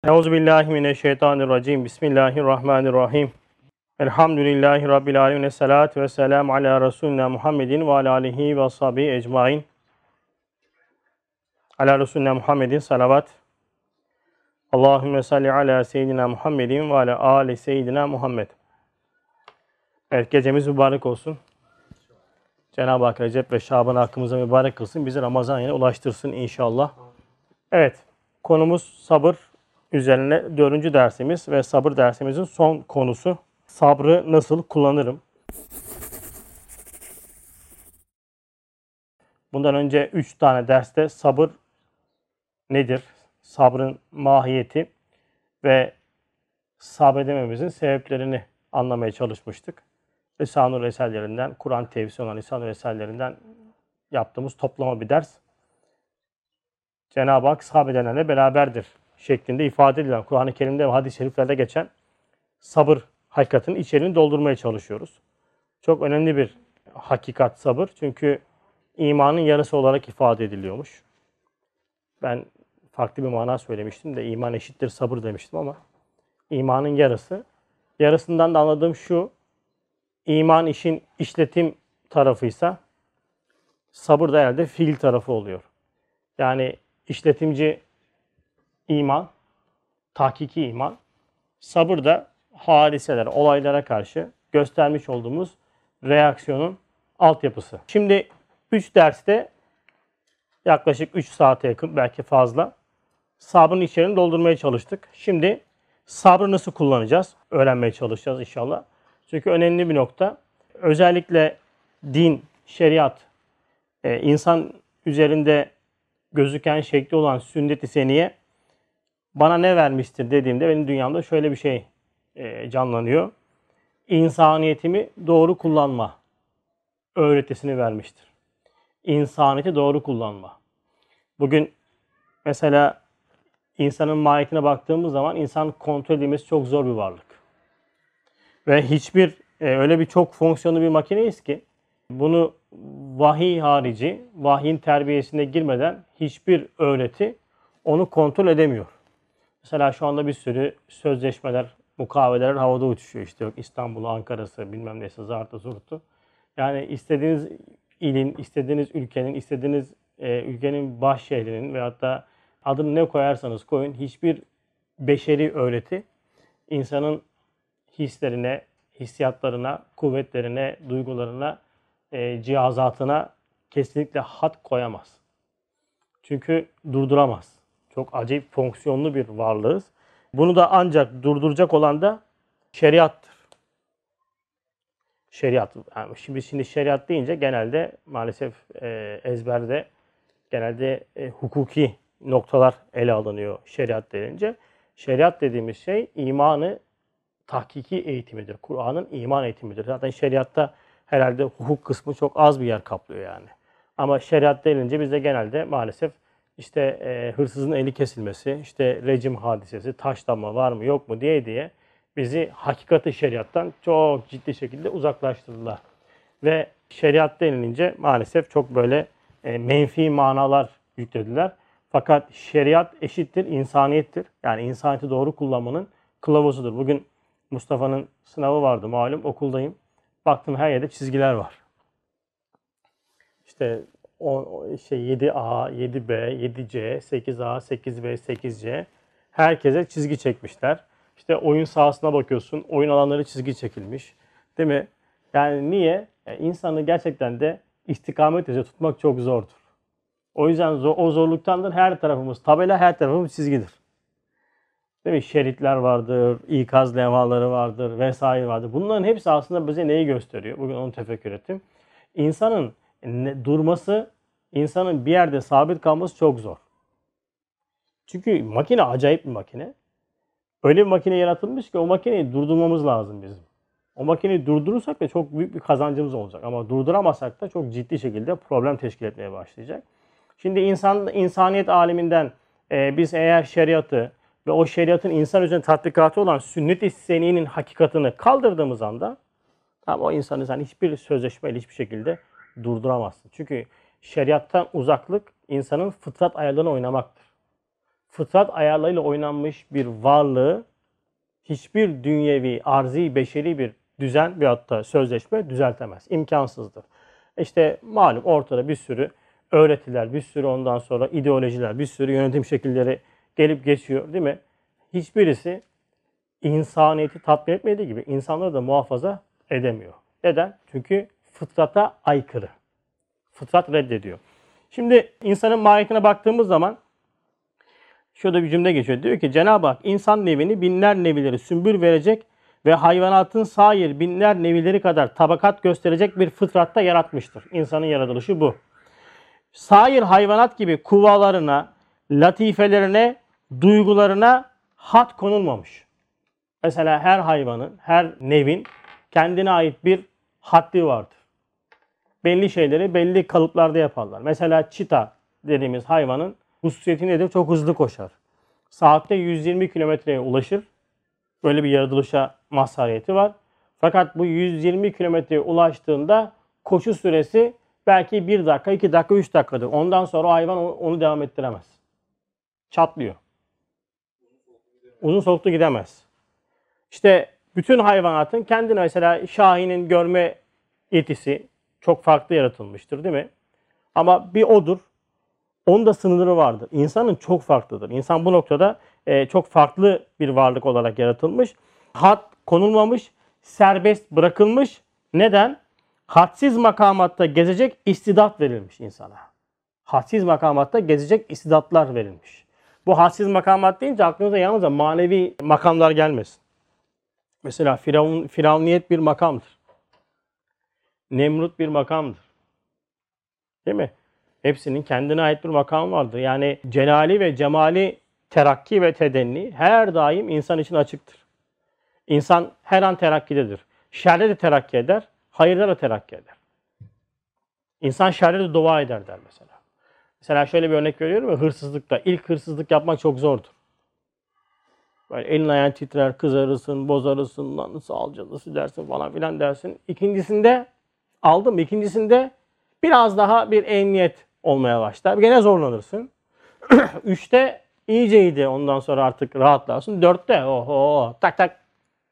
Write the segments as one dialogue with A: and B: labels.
A: Euzubillahimineşşeytanirracim. Bismillahirrahmanirrahim. Elhamdülillahi Rabbil alemin. Esselatu vesselamu ala Resulina Muhammedin ve ala alihi ve ashabihi ecmain. Ala Resulina Muhammedin salavat. Allahümme salli ala seyyidina Muhammedin ve ala ali seyyidina Muhammed. Evet, gecemiz mübarek olsun. Cenab-ı Hak Recep ve Şaban hakkımıza mübarek kılsın. Bizi Ramazan ayına ulaştırsın inşallah. Evet, konumuz sabır üzerine 4. dersimiz ve sabır dersimizin son konusu. Sabrı nasıl kullanırım? Bundan önce 3 tane derste sabır nedir? Sabrın mahiyeti ve sabredememizin sebeplerini anlamaya çalışmıştık. Lisan-ı Eserlerinden, Kur'an tefsiri olan Lisan-ı Eserlerinden yaptığımız toplama bir ders. Cenab-ı Hak sabredenlerle beraberdir şeklinde ifade edilen Kur'an-ı Kerim'de ve hadis-i şeriflerde geçen sabır hakikatinin içeriğini doldurmaya çalışıyoruz. Çok önemli bir hakikat sabır. Çünkü imanın yarısı olarak ifade ediliyormuş. Ben farklı bir mana söylemiştim de iman eşittir sabır demiştim ama imanın yarısı. Yarısından da anladığım şu: iman işin işletim tarafıysa sabır da herhalde fiil tarafı oluyor. Yani işletimci iman, tahkiki iman, sabır da hadiseler, olaylara karşı göstermiş olduğumuz reaksiyonun altyapısı. Şimdi 3 derste yaklaşık 3 saate yakın, belki fazla, sabrın içeriğini doldurmaya çalıştık. Şimdi sabrı nasıl kullanacağız? Öğrenmeye çalışacağız inşallah. Çünkü önemli bir nokta. Özellikle din, şeriat, insan üzerinde gözüken şekli olan sünnet-i seniye bana ne vermiştir dediğimde benim dünyamda şöyle bir şey canlanıyor. İnsaniyetimi doğru kullanma öğretisini vermiştir. İnsaniyeti doğru kullanma. Bugün mesela insanın mahiyetine baktığımız zaman insan kontrol edilmesi çok zor bir varlık. Ve hiçbir öyle bir çok fonksiyonlu bir makineyiz ki bunu vahiy harici, vahyin terbiyesine girmeden hiçbir öğreti onu kontrol edemiyor. Mesela şu anda bir sürü sözleşmeler, mukaveleler havada uçuşuyor. İşte yok İstanbul'u, Ankara'sı, bilmem neyse, zartı, zurtu. Yani istediğiniz ilin, istediğiniz ülkenin, istediğiniz ülkenin baş şehrinin veyahut da adını ne koyarsanız koyun, hiçbir beşeri öğreti insanın hislerine, hissiyatlarına, kuvvetlerine, duygularına, cihazatına kesinlikle hat koyamaz. Çünkü durduramaz. Çok acayip fonksiyonlu bir varlığız. Bunu da ancak durduracak olan da şeriattır. Şeriat. Yani şimdi şeriat deyince genelde maalesef ezberde genelde hukuki noktalar ele alınıyor şeriat deyince. Şeriat dediğimiz şey imanı tahkiki eğitimidir. Kur'an'ın iman eğitimidir. Zaten şeriatta herhalde hukuk kısmı çok az bir yer kaplıyor yani. Ama şeriat denince bizde genelde maalesef işte hırsızın eli kesilmesi, işte rejim hadisesi, taşlanma var mı yok mu diye bizi hakikati şeriattan çok ciddi şekilde uzaklaştırdılar. Ve şeriat denilince maalesef çok böyle menfi manalar yüklediler. Fakat şeriat eşittir insaniyettir. Yani insaniyeti doğru kullanmanın kılavuzudur. Bugün Mustafa'nın sınavı vardı malum, okuldayım. Baktım her yerde çizgiler var. İşte 7A, 7B, 7C, 8A, 8B, 8C. Herkese çizgi çekmişler. İşte oyun sahasına bakıyorsun, oyun alanları çizgi çekilmiş. Değil mi? Yani niye? İnsanı gerçekten de istikamet üzere tutmak çok zordur. O yüzden o zorluktandır her tarafımız tabela, her tarafımız çizgidir. Değil mi? Şeritler vardır, ikaz levhaları vardır vesaire vardır. Bunların hepsi aslında bize neyi gösteriyor? Bugün onu tefekkür ettim. İnsanın durması, insanın bir yerde sabit kalması çok zor. Çünkü makine acayip bir makine. Öyle bir makine yaratılmış ki o makineyi durdurmamız lazım bizim. O makineyi durdurursak da çok büyük bir kazancımız olacak. Ama durduramazsak da çok ciddi şekilde problem teşkil etmeye başlayacak. Şimdi insaniyet aleminden biz eğer şeriatı ve o şeriatın insan üzerine tatbikatı olan sünnet-i seniyenin hakikatini kaldırdığımız anda tamam, o insanı sen hiçbir sözleşmeyle hiçbir şekilde durduramazsın. Çünkü şeriattan uzaklık insanın fıtrat ayarlarına oynamaktır. fıtrat ayarlarıyla oynanmış bir varlığı hiçbir dünyevi, arzi, beşeri bir düzen veyahut da sözleşme düzeltemez. İmkansızdır. İşte malum ortada bir sürü öğretiler, bir sürü ondan sonra ideolojiler, bir sürü yönetim şekilleri gelip geçiyor değil mi? Hiçbirisi insaniyeti tatmin etmediği gibi insanları da muhafaza edemiyor. Neden? Çünkü fıtrata aykırı. Fıtrat reddediyor. Şimdi insanın mahiyetine baktığımız zaman şurada bir cümle geçiyor. Diyor ki Cenab-ı Hak insan nevini binler nevileri sümbül verecek ve hayvanatın sair binler nevileri kadar tabakat gösterecek bir fıtratta yaratmıştır. İnsanın yaratılışı bu. Sair hayvanat gibi kuvalarına, latifelerine, duygularına had konulmamış. Mesela her hayvanın, her nevin kendine ait bir haddi vardır. Belli şeyleri belli kalıplarda yaparlar. Mesela çita dediğimiz hayvanın hususiyeti nedir? Çok hızlı koşar. Saatte 120 kilometreye ulaşır. Böyle bir yaratılışa mazhariyeti var. Fakat bu 120 kilometreye ulaştığında koşu süresi belki 1 dakika, 2 dakika, 3 dakikadır. Ondan sonra o hayvan onu devam ettiremez. Çatlıyor. Uzun soluklu gidemez. İşte bütün hayvanatın kendine mesela şahinin görme yetisi çok farklı yaratılmıştır değil mi? Ama bir odur. Onun da sınırları vardır. İnsanın çok farklıdır. İnsan bu noktada çok farklı bir varlık olarak yaratılmış. Had konulmamış, serbest bırakılmış. Neden? Hadsiz makamatta gezecek istidat verilmiş insana. Hadsiz makamatta gezecek istidatlar verilmiş. Bu hadsiz makamat deyince aklınıza yalnızca manevi makamlar gelmesin. Mesela Firavuniyet bir makamdır. Nemrut bir makamdır. Değil mi? Hepsinin kendine ait bir makamı vardır. Yani celali ve cemali terakki ve tedenni her daim insan için açıktır. İnsan her an terakkidedir. Şerre de terakki eder, hayırda da terakki eder. İnsan şerre de dua eder der mesela. Mesela şöyle bir örnek veriyorum ya, hırsızlıkta. İlk hırsızlık yapmak çok zordur. Böyle elin ayağın titrer, kızarırsın, bozarırsın, lan nasıl alacağız, nasıl dersin falan filan dersin. İkincisinde aldım. İkincisinde biraz daha bir emniyet olmaya başlar. Gene zorlanırsın. 3'te iyiceydi. Ondan sonra artık rahatlarsın. 4'te oho tak tak.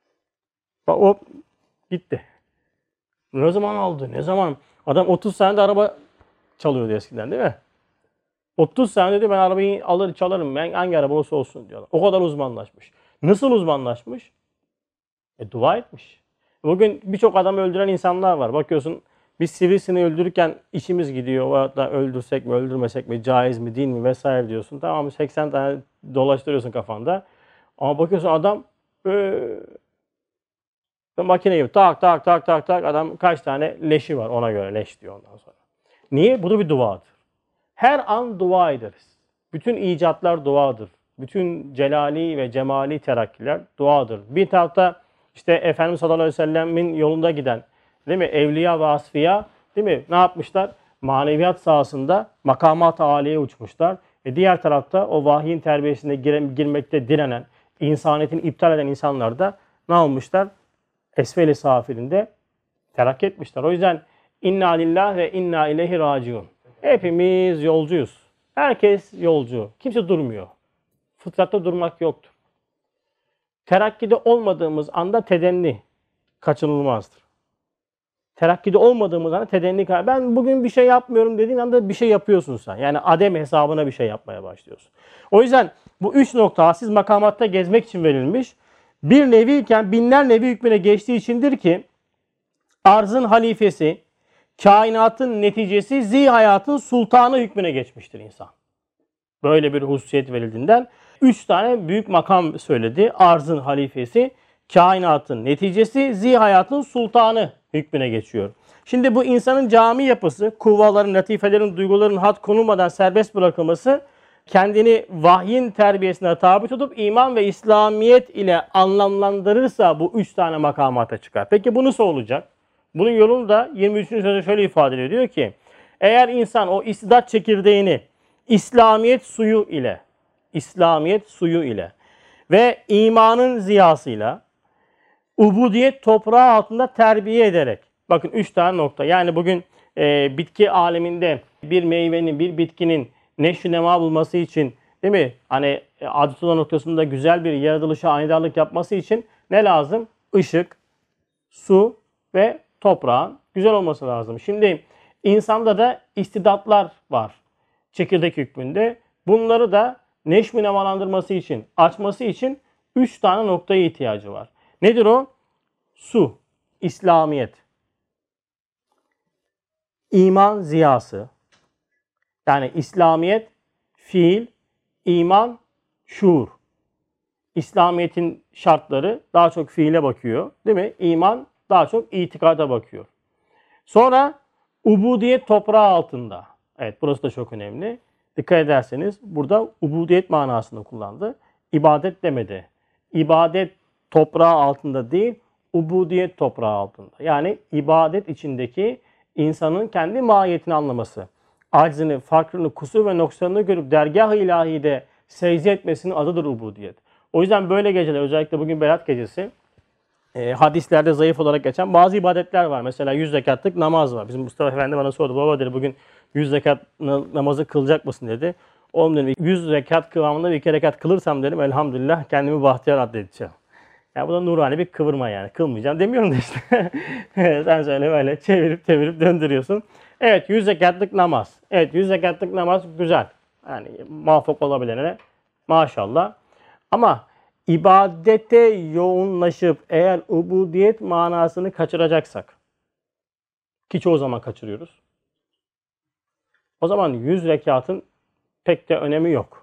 A: Hop gitti. Ne zaman aldı? Ne zaman? Adam 30 senede araba çalıyordu eskiden değil mi? 30 sene dedi ben arabayı alır çalarım. Ben hangi araba olursa olsun diyorlar. O kadar uzmanlaşmış. Nasıl uzmanlaşmış? Dua etmiş. Bugün birçok adamı öldüren insanlar var. Bakıyorsun biz sivrisini öldürürken işimiz gidiyor. Hatta öldürsek mi öldürmesek mi caiz mi değil mi vesaire diyorsun. Tamam 80 tane dolaştırıyorsun kafanda. Ama bakıyorsun adam makine gibi tak tak tak tak tak adam kaç tane leşi var ona göre leş diyor ondan sonra. Niye? Bu da bir duadır. Her an dua ederiz. Bütün icatlar duadır. Bütün celali ve cemali terakkiler duadır. Bir tarafta işte Efendimiz sallallahu aleyhi ve sellemin yolunda giden değil mi? Evliya ve asfiya değil mi? Ne yapmışlar? Maneviyat sahasında makamat-ı âliye uçmuşlar. Diğer tarafta o vahyin terbiyesine girmekte direnen, insaniyetini iptal eden insanlar da ne olmuşlar? Esfel-i safilinde terakki etmişler. O yüzden inna lillah ve inna ileyhi raciun. Hepimiz yolcuyuz. Herkes yolcu. Kimse durmuyor. Fıtratta durmak yoktur. Terakkide olmadığımız anda tedenni kaçınılmazdır. Terakkide olmadığımız anda tedenni ben bugün bir şey yapmıyorum dediğin anda bir şey yapıyorsun sen. Yani adem hesabına bir şey yapmaya başlıyorsun. O yüzden bu 3 nokta hassiz makamatta gezmek için verilmiş. Bir neviyken binler nevi hükmüne geçtiği içindir ki arzın halifesi, kainatın neticesi, zihayatın sultanı hükmüne geçmiştir insan. Böyle bir hususiyet verildiğinden 3 tane büyük makam söyledi. Arzın halifesi, kainatın neticesi, zihayatın sultanı hükmüne geçiyor. Şimdi bu insanın cami yapısı, kuvvaların, latifelerin, duyguların had konulmadan serbest bırakılması kendini vahyin terbiyesine tabi tutup iman ve İslamiyet ile anlamlandırırsa bu 3 tane makamata çıkar. Peki bu nasıl olacak? Bunun yolunu da 23. sözde şöyle ifade ediyor. Diyor ki eğer insan o istidat çekirdeğini İslamiyet suyu ile ve imanın ziyasıyla ubudiyet toprağı altında terbiye ederek. Bakın 3 tane nokta. Yani bugün bitki aleminde bir meyvenin, bir bitkinin neşvi nema bulması için değil mi? Hani Adetullah noktasında güzel bir yaratılışa anidarlık yapması için ne lazım? Işık, su ve toprağın güzel olması lazım. Şimdi insanda da istidatlar var çekirdek hükmünde. Bunları da neşvi nemalandırması için, açması için 3 tane noktaya ihtiyacı var. Nedir o? Su, İslamiyet, iman ziyası. Yani İslamiyet, fiil, iman, şuur. İslamiyet'in şartları daha çok fiile bakıyor. Değil mi? İman daha çok itikada bakıyor. Sonra ubudiyet toprağı altında. Evet, burası da çok önemli. Dikkat ederseniz burada ubudiyet manasını kullandı. İbadet demedi. İbadet toprağı altında değil, ubudiyet toprağı altında. Yani ibadet içindeki insanın kendi mahiyetini anlaması. Aczini, fakrını, kusur ve noksanını görüp dergâh-ı ilahide secde etmesinin adıdır ubudiyet. O yüzden böyle geceler, özellikle bugün Berat gecesi, hadislerde zayıf olarak geçen bazı ibadetler var. Mesela 100 rekatlık namaz var. Bizim Mustafa Efendi bana sordu. Baba dedi, bugün 100 rekat namazı kılacak mısın dedi. Oğlum dedim, 100 rekat kıvamında bir 2 rekat kılırsam dedim, elhamdülillah kendimi bahtiyar addedeceğim. Yani bu da nurani bir kıvırma yani. Kılmayacağım demiyorum da işte. Sen şöyle böyle çevirip döndürüyorsun. Evet, 100 rekatlık namaz. Evet, 100 rekatlık namaz güzel. Yani muvaffak olabilene maşallah. Ama ibadete yoğunlaşıp eğer ubudiyet manasını kaçıracaksak, ki çoğu zaman kaçırıyoruz, o zaman 100 rekatın pek de önemi yok.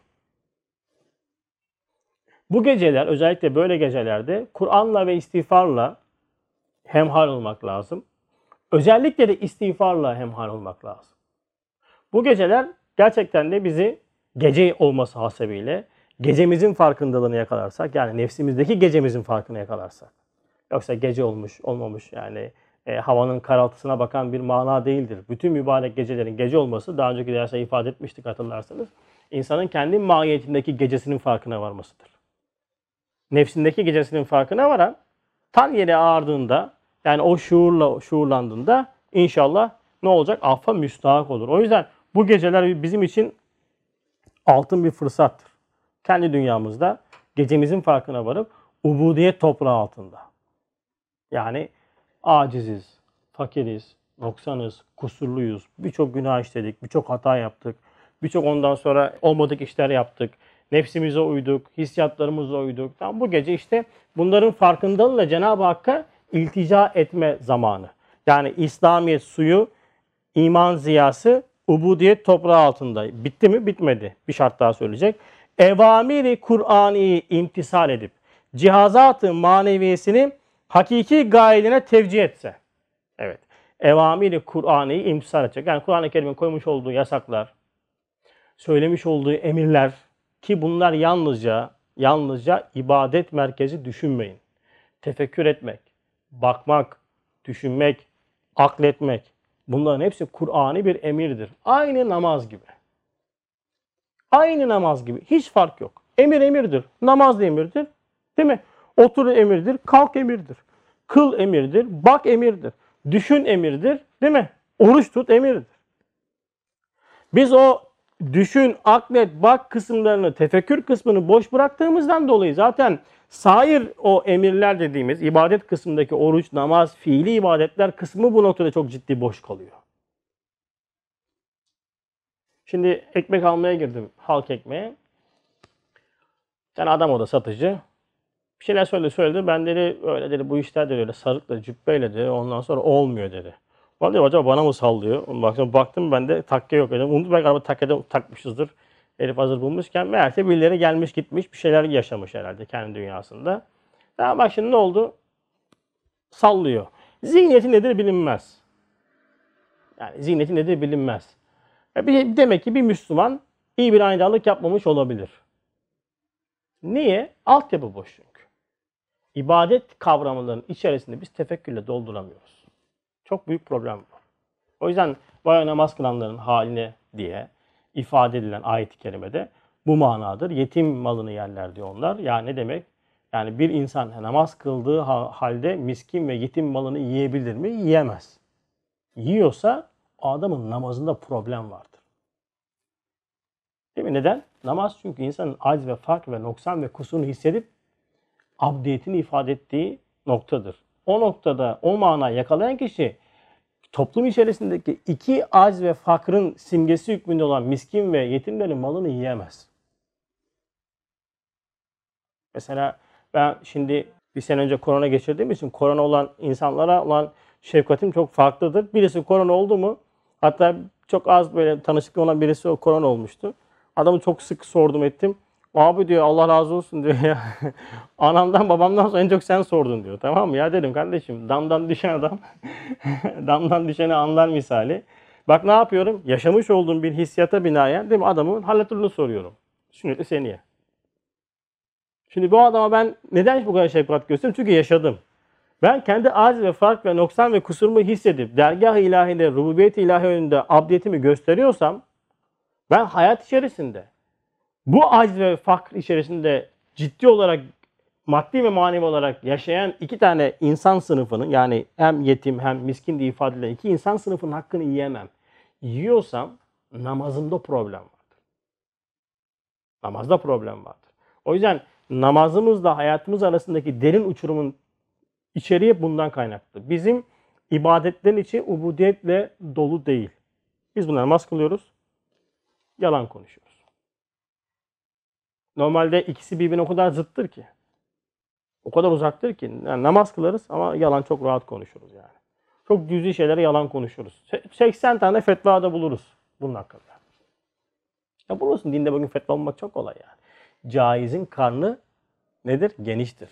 A: Bu geceler, özellikle böyle gecelerde Kur'an'la ve istiğfarla hemhal olmak lazım. Özellikle de istiğfarla hemhal olmak lazım. Bu geceler gerçekten de bizi gece olması hasebiyle gecemizin farkındalığını yakalarsak, yani nefsimizdeki gecemizin farkını yakalarsak. Yoksa gece olmuş, olmamış yani havanın karaltısına bakan bir mana değildir. Bütün mübarek gecelerin gece olması, daha önceki derste ifade etmiştik hatırlarsanız, insanın kendi mahiyetindeki gecesinin farkına varmasıdır. Nefsindeki gecesinin farkına varan, tan yere ağardığında, yani o şuurlandığında inşallah ne olacak? Affa müstahak olur. O yüzden bu geceler bizim için altın bir fırsattır. Kendi dünyamızda gecemizin farkına varıp ubudiyet toprağı altında. Yani aciziz, fakiriz, noksanız, kusurluyuz, birçok günah işledik, birçok hata yaptık, birçok ondan sonra olmadık işler yaptık, nefsimize uyduk, hissiyatlarımıza uyduk. Tam bu gece işte bunların farkındalığıyla Cenab-ı Hakk'a iltica etme zamanı. Yani İslamiyet suyu, iman ziyası, ubudiyet toprağı altında. Bitti mi? Bitmedi. Bir şart daha söyleyecek. Evamiri Kur'an'ı imtisal edip cihazat-ı maneviyesini hakiki gayeline tevcih etse. Evet. Evamiri Kur'an'ı imtisal edecek. Yani Kur'an-ı Kerim'in koymuş olduğu yasaklar, söylemiş olduğu emirler, ki bunlar yalnızca ibadet merkezi düşünmeyin. Tefekkür etmek, bakmak, düşünmek, akletmek, bunların hepsi Kur'an'ı bir emirdir. Aynı namaz gibi. Aynı namaz gibi. Hiç fark yok. Emir emirdir. Namaz da emirdir. Değil mi? Otur emirdir. Kalk emirdir. Kıl emirdir. Bak emirdir. Düşün emirdir. Değil mi? Oruç tut emirdir. Biz o düşün, aklet, bak kısımlarını, tefekkür kısmını boş bıraktığımızdan dolayı zaten sair o emirler dediğimiz ibadet kısmındaki oruç, namaz, fiili ibadetler kısmı bu noktada çok ciddi boş kalıyor. Şimdi ekmek almaya girdim, halk ekmeğe. Yani adam o da satıcı. Bir şeyler söyledi. Ben dedi öyle dedi, bu işler dedi öyle sarıkla, cübbeyle dedi, ondan sonra olmuyor dedi. Ben dedim acaba bana mı sallıyor? Baktım ben de takke yok dedim. Umut belki araba takkede takmışızdır. Herif hazır bulmuşken meğerse birileri gelmiş gitmiş bir şeyler yaşamış herhalde kendi dünyasında. Ya bak şimdi ne oldu? Sallıyor. Zihniyeti nedir bilinmez. Yani zihniyeti nedir bilinmez. Demek ki bir Müslüman iyi bir aynalık yapmamış olabilir. Niye? Altyapı boş çünkü. İbadet kavramlarının içerisinde biz tefekkürle dolduramıyoruz. Çok büyük problem bu. O yüzden vay namaz kılanların haline diye ifade edilen ayet-i kerimede bu manadır. Yetim malını yerler diyor onlar. Yani ne demek? Yani bir insan namaz kıldığı halde miskin ve yetim malını yiyebilir mi? Yiyemez. Yiyorsa o adamın namazında problem vardır. Değil mi? Neden? Namaz çünkü insanın acz ve fakr ve noksan ve kusurunu hissedip abdiyetini ifade ettiği noktadır. O noktada o manayı yakalayan kişi toplum içerisindeki iki acz ve fakrın simgesi hükmünde olan miskin ve yetimlerin malını yiyemez. Mesela ben şimdi bir sene önce korona geçirdiğim için korona olan insanlara olan şefkatim çok farklıdır. Birisi korona oldu mu, hatta çok az böyle tanışıklı olan birisi o korona olmuştu. Adamı çok sık sordum ettim. Abi diyor Allah razı olsun diyor ya. Anamdan babamdan sonra en çok sen sordun diyor. Tamam mı? Ya dedim kardeşim damdan düşen adam damdan düşeni anlar misali. Bak ne yapıyorum? Yaşamış olduğum bir hissiyata binaen değil mi? Adamın halletlerini soruyorum. Sünneti seniye. Şimdi bu adama ben neden bu kadar şefkat gösteriyorum? Çünkü yaşadım. Ben kendi aciz ve fark ve noksan ve kusurumu hissedip dergâh-ı ilahide, rububiyet-i ilahi önünde abdiyetimi gösteriyorsam ben hayat içerisinde bu aciz ve fakr içerisinde ciddi olarak maddi ve manevi olarak yaşayan iki tane insan sınıfının, yani hem yetim hem miskin diye ifade edilen iki insan sınıfının hakkını yiyemem. Yiyorsam namazımda problem vardır. Namazda problem vardır. O yüzden namazımızla hayatımız arasındaki derin uçurumun içeriği bundan kaynaklı. Bizim ibadetlerin içi ubudiyetle dolu değil. Biz buna namaz kılıyoruz, yalan konuşuyoruz. Normalde ikisi birbirine o kadar zıttır ki. O kadar uzaktır ki. Yani namaz kılarız ama yalan çok rahat konuşuruz yani. Çok cüzi şeylere yalan konuşuruz. 80 tane fetva da buluruz bunun hakkında. Ya bulursun, dinde bugün fetva bulmak çok kolay yani. Caizin karnı nedir? Geniştir.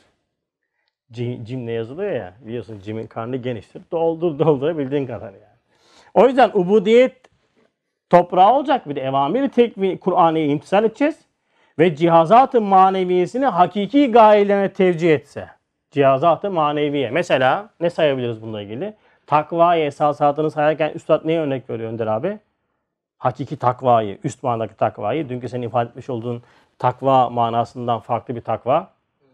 A: Cimle yazılıyor ya, biliyorsun cimin karnı geniştir. Doldurabildiğin kadar yani. O yüzden ubudiyet toprağı olacak, bir de evamir-i tekvin Kur'an'ı imtisal edeceğiz. Ve cihazat-ı maneviyesini hakiki gayelerine tevcih etse. Cihazat-ı maneviye. Mesela ne sayabiliriz bununla ilgili? Takvayı esasatını sayarken Üstad neye örnek veriyor Önder abi? Hakiki takvayı, üst manadaki takvayı. Dünkü senin ifade etmiş olduğun takva manasından farklı bir takva.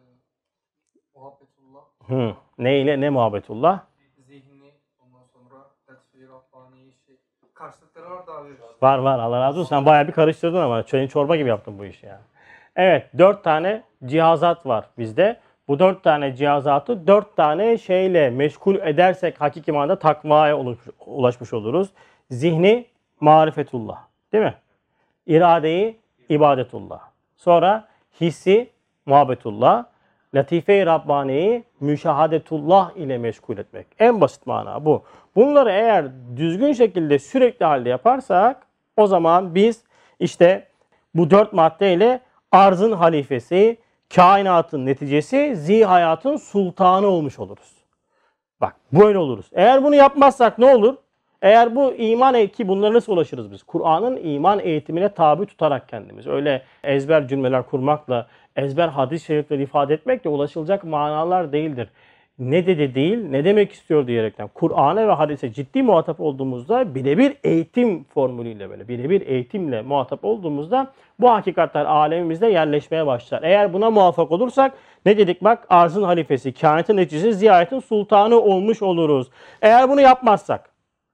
A: Muhabbetullah. Ne ile ne muhabbetullah?
B: Zihni, ondan sonra tetfir, Rabbani, karşılıkları var da abi.
A: Var Allah razı olsun. Sen bayağı bir karıştırdın ama çayın çorba gibi yaptın bu işi yani. Evet, 4 tane cihazat var bizde. Bu 4 tane cihazatı 4 tane şeyle meşgul edersek hakiki manada takvaya ulaşmış oluruz. Zihni marifetullah, değil mi? İradeyi ibadetullah. Sonra hissi muhabbetullah. Latife-i Rabbani'yi müşahadetullah ile meşgul etmek. En basit mana bu. Bunları eğer düzgün şekilde sürekli halde yaparsak o zaman biz işte bu 4 maddeyle arzın halifesi, kainatın neticesi, zihayatın sultanı olmuş oluruz. Bak böyle oluruz. Eğer bunu yapmazsak ne olur? Eğer bu iman eğitimi, bunlara nasıl ulaşırız biz? Kur'an'ın iman eğitimine tabi tutarak kendimiz. Öyle ezber cümleler kurmakla, ezber hadis-i şerifleri ifade etmekle ulaşılacak manalar değildir. Ne dedi değil, ne demek istiyor diyerekten Kur'an'a ve hadise ciddi muhatap olduğumuzda birebir eğitim formülüyle böyle birebir eğitimle muhatap olduğumuzda bu hakikatler alemimizde yerleşmeye başlar. Eğer buna muvaffak olursak ne dedik bak, arzın halifesi, kainatın neticesi, ziyaretin sultanı olmuş oluruz. Eğer bunu yapmazsak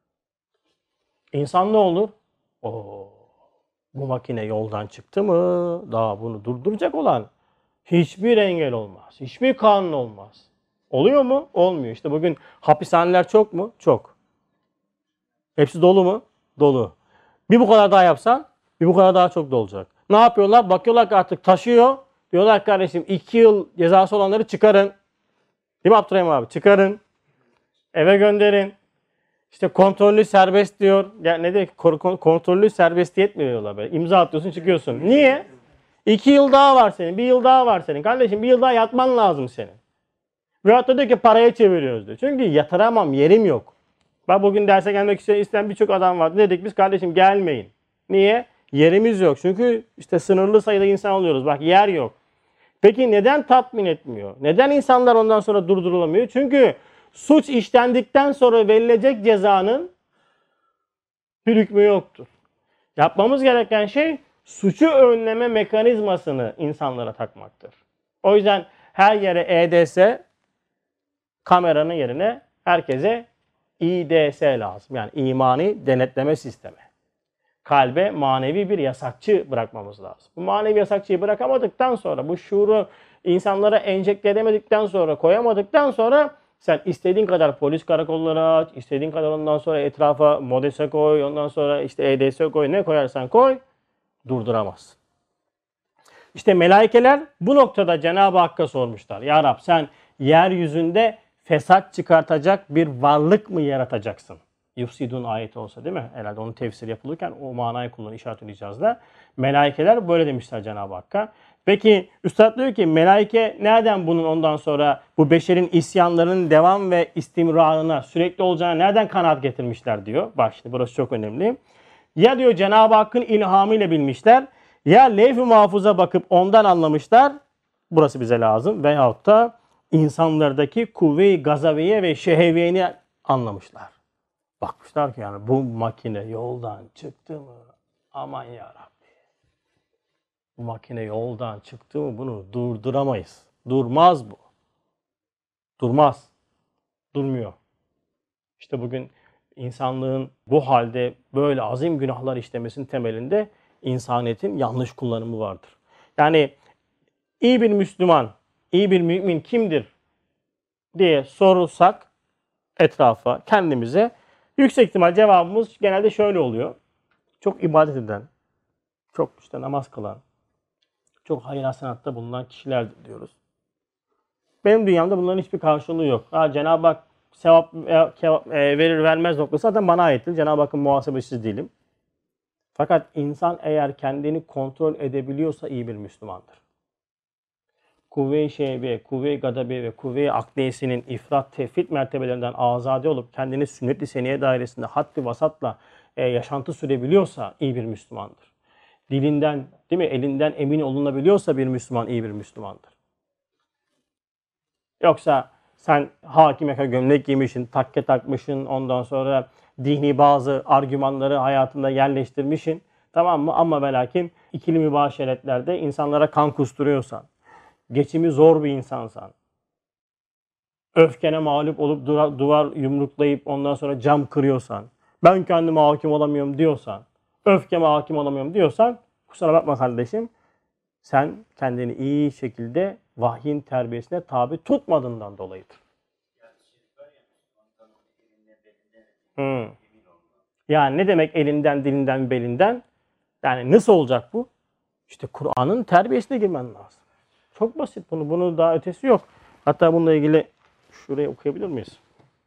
A: İnsan ne olur? Bu makine yoldan çıktı mı daha bunu durduracak olan hiçbir engel olmaz. Hiçbir kanun olmaz. Oluyor mu? Olmuyor. İşte bugün hapishaneler çok mu? Çok. Hepsi dolu mu? Dolu. Bir bu kadar daha yapsan bir bu kadar daha çok dolacak. Ne yapıyorlar? Bakıyorlar ki artık taşıyor. Diyorlar kardeşim 2 yıl cezası olanları çıkarın. Değil mi Abdurrahim abi? Çıkarın. Eve gönderin. İşte kontrollü serbest diyor. Ya ne de kontrollü serbestiyet mi diyorlar böyle? İmza atıyorsun çıkıyorsun. Niye? 2 yıl daha var senin. 1 yıl daha var senin. Kardeşim 1 yıl daha yatman lazım senin. Veyahut da diyor ki paraya çeviriyoruz diyor. Çünkü yatıramam, yerim yok. Bak bugün derse gelmek isteyen birçok adam vardı. Ne dedik biz? Kardeşim gelmeyin. Niye? Yerimiz yok. Çünkü işte sınırlı sayıda insan oluyoruz. Bak yer yok. Peki neden tatmin etmiyor? Neden insanlar ondan sonra durdurulamıyor? Çünkü suç işlendikten sonra verilecek cezanın bir hükmü yoktur. Yapmamız gereken şey suçu önleme mekanizmasını insanlara takmaktır. O yüzden her yere EDS, kameranın yerine herkese İDS lazım. Yani imani denetleme sistemi. kalbe manevi bir yasakçı bırakmamız lazım. Bu manevi yasakçıyı bırakamadıktan sonra, bu şuuru insanlara enjekte edemedikten sonra, koyamadıktan sonra sen istediğin kadar polis karakolları aç, istediğin kadar ondan sonra etrafa MODES'e koy, ondan sonra işte EDS'e koy, ne koyarsan koy, durduramazsın. İşte melaikeler bu noktada Cenab-ı Hakk'a sormuşlar. Ya Rab, sen yeryüzünde fesat çıkartacak bir varlık mı yaratacaksın? Yufsidun ayeti olsa değil mi? Herhalde onun tefsiri yapılırken o manayı kullanıyor işaret-ül icazda. Melaikeler böyle demişler Cenab-ı Hakk'a. Peki Üstad diyor ki melaike nereden bunun ondan sonra bu beşerin isyanlarının devam ve istimrarına sürekli olacağına nereden kanaat getirmişler diyor. Bak şimdi burası çok önemli. Ya diyor Cenab-ı Hakk'ın ilhamıyla bilmişler, ya levh-i mahfuza bakıp ondan anlamışlar. Burası bize lazım. Veyahut da insanlardaki kuvve-i gazaviye ve şeheviyeni anlamışlar. Bakmışlar ki yani bu makine yoldan çıktı mı? Aman yarabbi. Bu makine yoldan çıktı mı bunu durduramayız. Durmaz bu. Durmaz. Durmuyor. İşte bugün insanlığın bu halde böyle azim günahlar işlemesinin temelinde insaniyetin yanlış kullanımı vardır. Yani iyi bir Müslüman, iyi bir mümin kimdir diye sorulsak etrafa, kendimize yüksek ihtimal cevabımız genelde şöyle oluyor. Çok ibadet eden, çok işte namaz kılan, çok hayır hasenatta bulunan kişiler diyoruz. Benim dünyamda bunların hiçbir karşılığı yok. Cenab-ı Hak sevap verir vermez noktası zaten bana aittir. Cenab-ı Hakk'ın muhasebesiz değilim. Fakat insan eğer kendini kontrol edebiliyorsa iyi bir Müslümandır. Kuvve-i şehve, kuvve-i gadabe ve kuvve-i akdiyesinin ifrat, tefrit mertebelerinden azade olup kendini sünnet-i seniye dairesinde haddi vasatla yaşantı sürebiliyorsa iyi bir Müslümandır. Dilinden, değil mi, elinden emin olunabiliyorsa bir Müslüman iyi bir Müslümandır. Yoksa sen hakim yaka gömlek giymişsin, takke takmışsın, ondan sonra dini bazı argümanları hayatında yerleştirmişsin. Tamam mı? Ama ve lakin ikili mübaşeretlerde insanlara kan kusturuyorsan, geçimi zor bir insansan, öfkene mağlup olup duvar yumruklayıp ondan sonra cam kırıyorsan, ben kendime hakim olamıyorum diyorsan, öfkeme hakim olamıyorum diyorsan, kusura bakma kardeşim, sen kendini iyi şekilde vahyin terbiyesine tabi tutmadığından dolayıdır. Yani ne demek elinden, dilinden, belinden? Yani nasıl olacak bu? İşte Kur'an'ın terbiyesine girmen lazım. Çok basit. Bunun daha ötesi yok. Hatta bununla ilgili şuraya okuyabilir miyiz?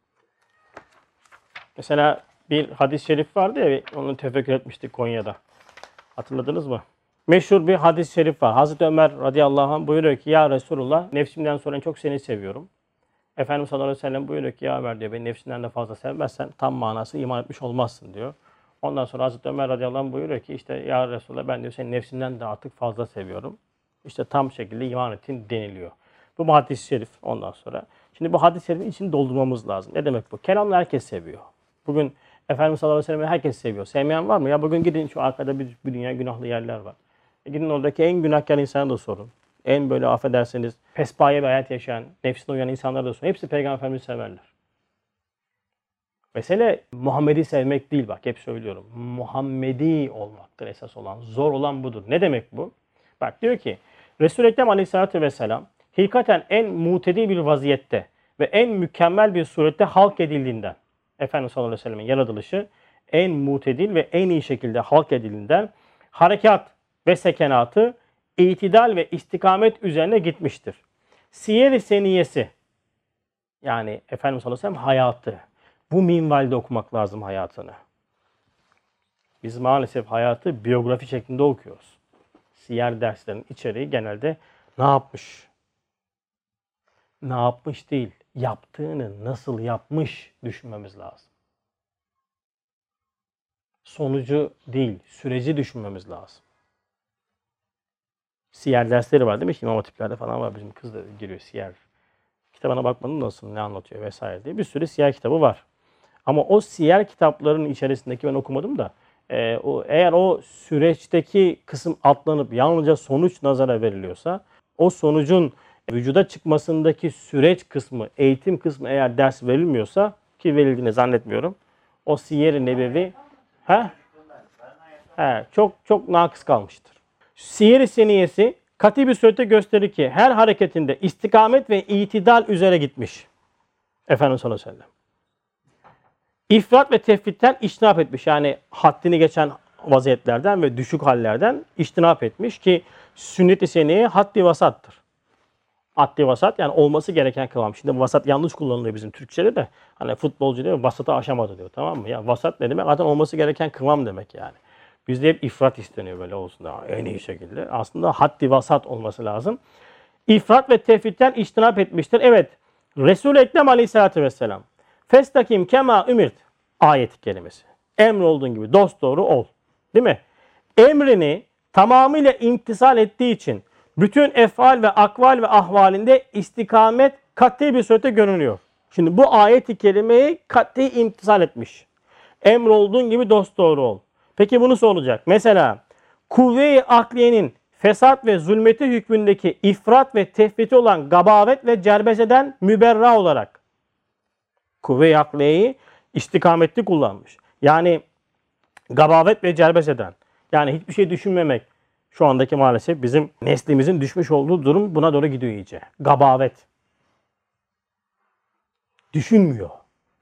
A: Mesela bir hadis-i şerif vardı ya, onu tefekkür etmiştik Konya'da. Hatırladınız mı? Meşhur bir hadis-i şerif var. Hazreti Ömer radıyallahu anh buyuruyor ki ya Resulullah, nefsimden sonra en çok seni seviyorum. Efendimiz sallallahu aleyhi ve sellem buyuruyor ki ya Ömer diyor, beni nefsinden de fazla sevmezsen tam manası iman etmiş olmazsın diyor. Ondan sonra Hazreti Ömer radıyallahu anh buyuruyor ki işte ya Resulullah, ben diyor senin nefsinden de artık fazla seviyorum. İşte tam şekilde iman ettin deniliyor. Bu hadis-i şerif ondan sonra. Şimdi bu hadis-i şerifin içini doldurmamız lazım. Ne demek bu? Kelamla herkes seviyor. Bugün Efendimiz sallallahu aleyhi ve sellem herkes seviyor. Sevmeyen var mı? Ya bugün gidin şu arkada bir dünya günahlı yerler var. Gidin oradaki en günahkar insana da sorun. En böyle affederseniz pespaye bir hayat yaşayan, nefsine uyan insanlara da sorun. Hepsi Peygamber Efendimiz'i severler. Mesele Muhammed'i sevmek değil, bak hep söylüyorum. Muhammedi olmaktır esas olan. Zor olan budur. Ne demek bu? Bak diyor ki Resul-i Ekrem aleyhissalatü vesselam hilkaten en mutedil bir vaziyette ve en mükemmel bir surette halk edildiğinden, Efendimiz sallallahu aleyhi ve sellem'in yaratılışı en mutedil ve en iyi şekilde halk edildiğinden harekat ve sekenatı itidal ve istikamet üzerine gitmiştir. Siyer-i seniyesi, yani Efendimiz sallallahu aleyhi ve sellem hayatı. Bu minvalde okumak lazım hayatını. Biz maalesef hayatı biyografi şeklinde okuyoruz. Siyer derslerinin içeriği genelde ne yapmış? Ne yapmış değil, yaptığını nasıl yapmış düşünmemiz lazım. Sonucu değil, süreci düşünmemiz lazım. Siyer dersleri var değil mi? İmam Hatipler'de falan var. Bizim kız da giriyor siyer. Kitabına bakmadın nasıl, ne anlatıyor vesaire diye. Bir sürü siyer kitabı var. Ama o siyer kitaplarının içerisindeki ben okumadım da eğer o süreçteki kısım atlanıp yalnızca sonuç nazara veriliyorsa, o sonucun vücuda çıkmasındaki süreç kısmı, eğitim kısmı eğer ders verilmiyorsa, ki verildiğini zannetmiyorum, o siyer-i nebevi Çok çok nakıs kalmıştır. Siyer-i seniyesi kat'i bir surette gösterir ki her hareketinde istikamet ve itidal üzere gitmiş. Efendimiz sallallahu aleyhi ve sellem. İfrat ve tefritten içtinap etmiş. Yani haddini geçen vaziyetlerden ve düşük hallerden içtinap etmiş ki sünnet-i seniye haddi vasattır. Haddi vasat yani olması gereken kıvam. Şimdi vasat yanlış kullanılıyor bizim Türkçe'de de. Hani futbolcu diyor vasatı aşamadı diyor, tamam mı? Ya vasat ne demek? Zaten olması gereken kıvam demek yani. Bizde hep ifrat isteniyor böyle olsun da en iyi şekilde. Aslında haddi vasat olması lazım. İfrat ve tefritten içtinap etmiştir. Evet. Resul-i Ekrem Aleyhisselatü Vesselam. Festakim kema ümirt. Ayet-i kerimesi. Emrolduğun gibi dosdoğru ol. Değil mi? Emrini tamamıyla imtisal ettiği için bütün efal ve akval ve ahvalinde istikamet kat'i bir surette görünüyor. Şimdi bu ayet-i kerimeyi kat'i imtisal etmiş. Emrolduğun gibi dosdoğru ol. Peki bunu soracak. Mesela kuvve-i akliyenin fesat ve zulmeti hükmündeki ifrat ve tefriti olan gabavet ve cerbezeden müberra olarak kuvve-i akliyeyi istikametli kullanmış. Yani gabavet ve cerbezeden. Yani hiçbir şey düşünmemek. Şu andaki maalesef bizim neslimizin düşmüş olduğu durum buna doğru gidiyor iyice. Gabavet. Düşünmüyor.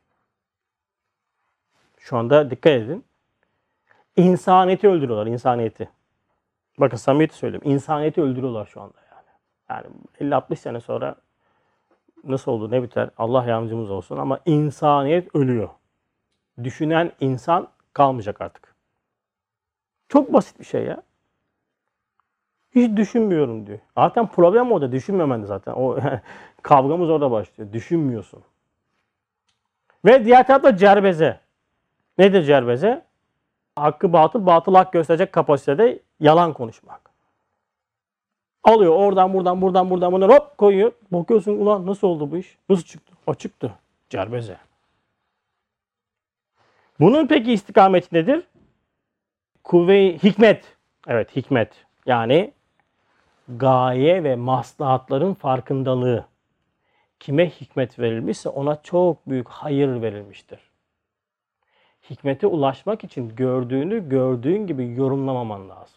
A: Şu anda dikkat edin. İnsaniyeti öldürüyorlar, insaniyeti. Bakın samimiyeti söylüyorum. İnsaniyeti öldürüyorlar şu anda yani. Yani 50-60 sene sonra nasıl olur ne biter Allah yardımcımız olsun ama insaniyet ölüyor. Düşünen insan kalmayacak artık. Çok basit bir şey ya. Hiç düşünmüyorum diyor. Zaten problem orada düşünmemen de zaten. O kavgamız orada başlıyor. Düşünmüyorsun. Ve diğer tarafta cerbeze. Nedir cerbeze? Hakkı batıl, batıl hak gösterecek kapasitede yalan konuşmak. Alıyor buradan hop koyuyor. Bakıyorsun ulan nasıl oldu bu iş? Nasıl çıktı? O çıktı. Cerbeze. Bunun peki istikameti nedir? Kuvve-i hikmet. Evet hikmet. Yani gaye ve maslahatların farkındalığı. Kime hikmet verilmişse ona çok büyük hayır verilmiştir. Hikmete ulaşmak için gördüğünü gördüğün gibi yorumlamaman lazım.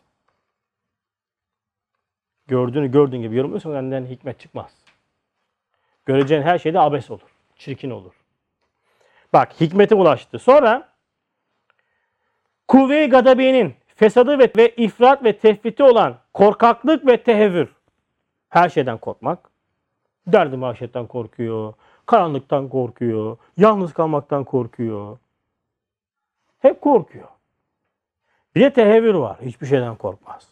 A: Gördüğünü gördüğün gibi yorumluyorsan senden hikmet çıkmaz. Göreceğin her şeyde abes olur. Çirkin olur. Bak hikmete ulaştı. Sonra kuvve-i gadabiyenin fesadı ve ifrat ve tefriti olan korkaklık ve tehevvür. Her şeyden korkmak. Derdi mahşetten korkuyor. Karanlıktan korkuyor. Yalnız kalmaktan korkuyor. Hep korkuyor. Bir de tehevvür var. Hiçbir şeyden korkmaz.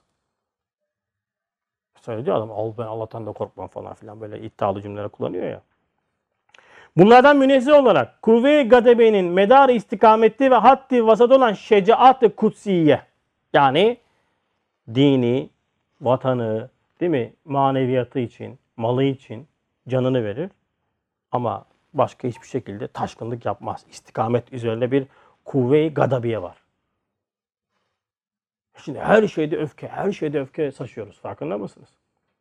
A: Mesela diyor adam ben Allah'tan da korkmam falan filan böyle iddialı cümleler kullanıyor ya. Bunlardan münezzeh olarak kuvve-i gadebenin medar istikametli ve haddi vasat olan şecaat-ı kutsiye. Yani dini, vatanı, değil mi? Maneviyatı için, malı için canını verir. Ama başka hiçbir şekilde taşkınlık yapmaz. İstikamet üzerinde bir kuvve-i gadabiye var. Şimdi her şeyde öfke saçıyoruz. Farkında mısınız?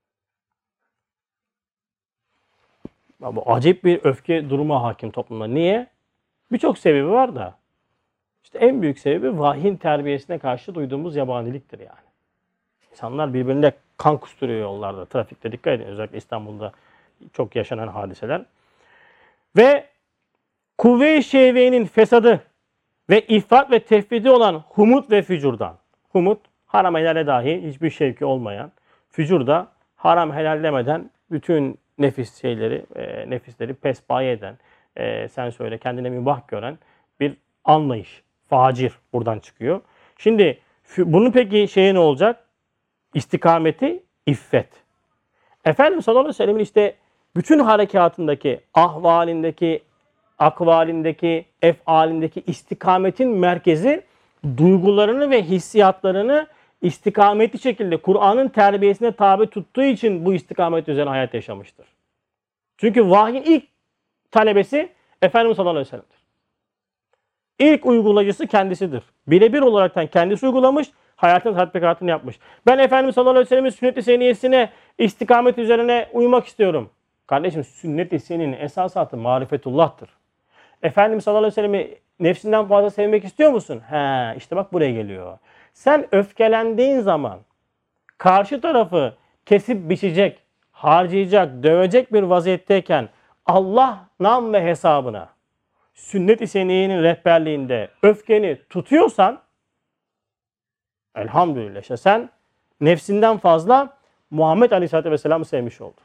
A: Bu acayip bir öfke durumu hakim toplumda. Niye? Birçok sebebi var da. İşte en büyük sebebi vahyin terbiyesine karşı duyduğumuz yabaniliktir yani. İnsanlar birbirine kan kusturuyor yollarda. Trafikte dikkat edin. Özellikle İstanbul'da çok yaşanan hadiseler. Ve kuvve-i şehvenin fesadı ve ifrat ve tefridi olan humut ve fücurdan. Humut, haram helale dahi hiçbir şevki olmayan. Fücur da haram helallemeden bütün nefisleri pespaye eden, sen söyle kendine mübah gören bir anlayış. Facir buradan çıkıyor. Şimdi bunun peki ne olacak? İstikameti iffet. Efendimiz sallallahu aleyhi ve sellem'in işte bütün harekatındaki, ahvalindeki, akvalindeki, efalindeki istikametin merkezi duygularını ve hissiyatlarını istikametli şekilde Kur'an'ın terbiyesine tabi tuttuğu için bu istikamet üzerine hayat yaşamıştır. Çünkü vahyin ilk talebesi Efendimiz sallallahu aleyhi ve sellem'dir. İlk uygulayıcısı kendisidir. Birebir olaraktan kendisi uygulamış, hayatın tatbikatını yapmış. Ben Efendimiz sallallahu aleyhi ve sellem'in sünnet-i seniyesine istikamet üzerine uymak istiyorum. Kardeşim sünnet-i seniyenin esasatı marifetullah'tır. Efendimiz sallallahu aleyhi ve sellem'i nefsinden fazla sevmek istiyor musun? İşte bak buraya geliyor. Sen öfkelendiğin zaman karşı tarafı kesip biçecek, harcayacak, dövecek bir vaziyetteyken Allah nam ve hesabına sünnet-i seniyyenin rehberliğinde öfkeni tutuyorsan elhamdülillah işte sen nefsinden fazla Muhammed Aleyhisselatü Vesselam'ı sevmiş oldun.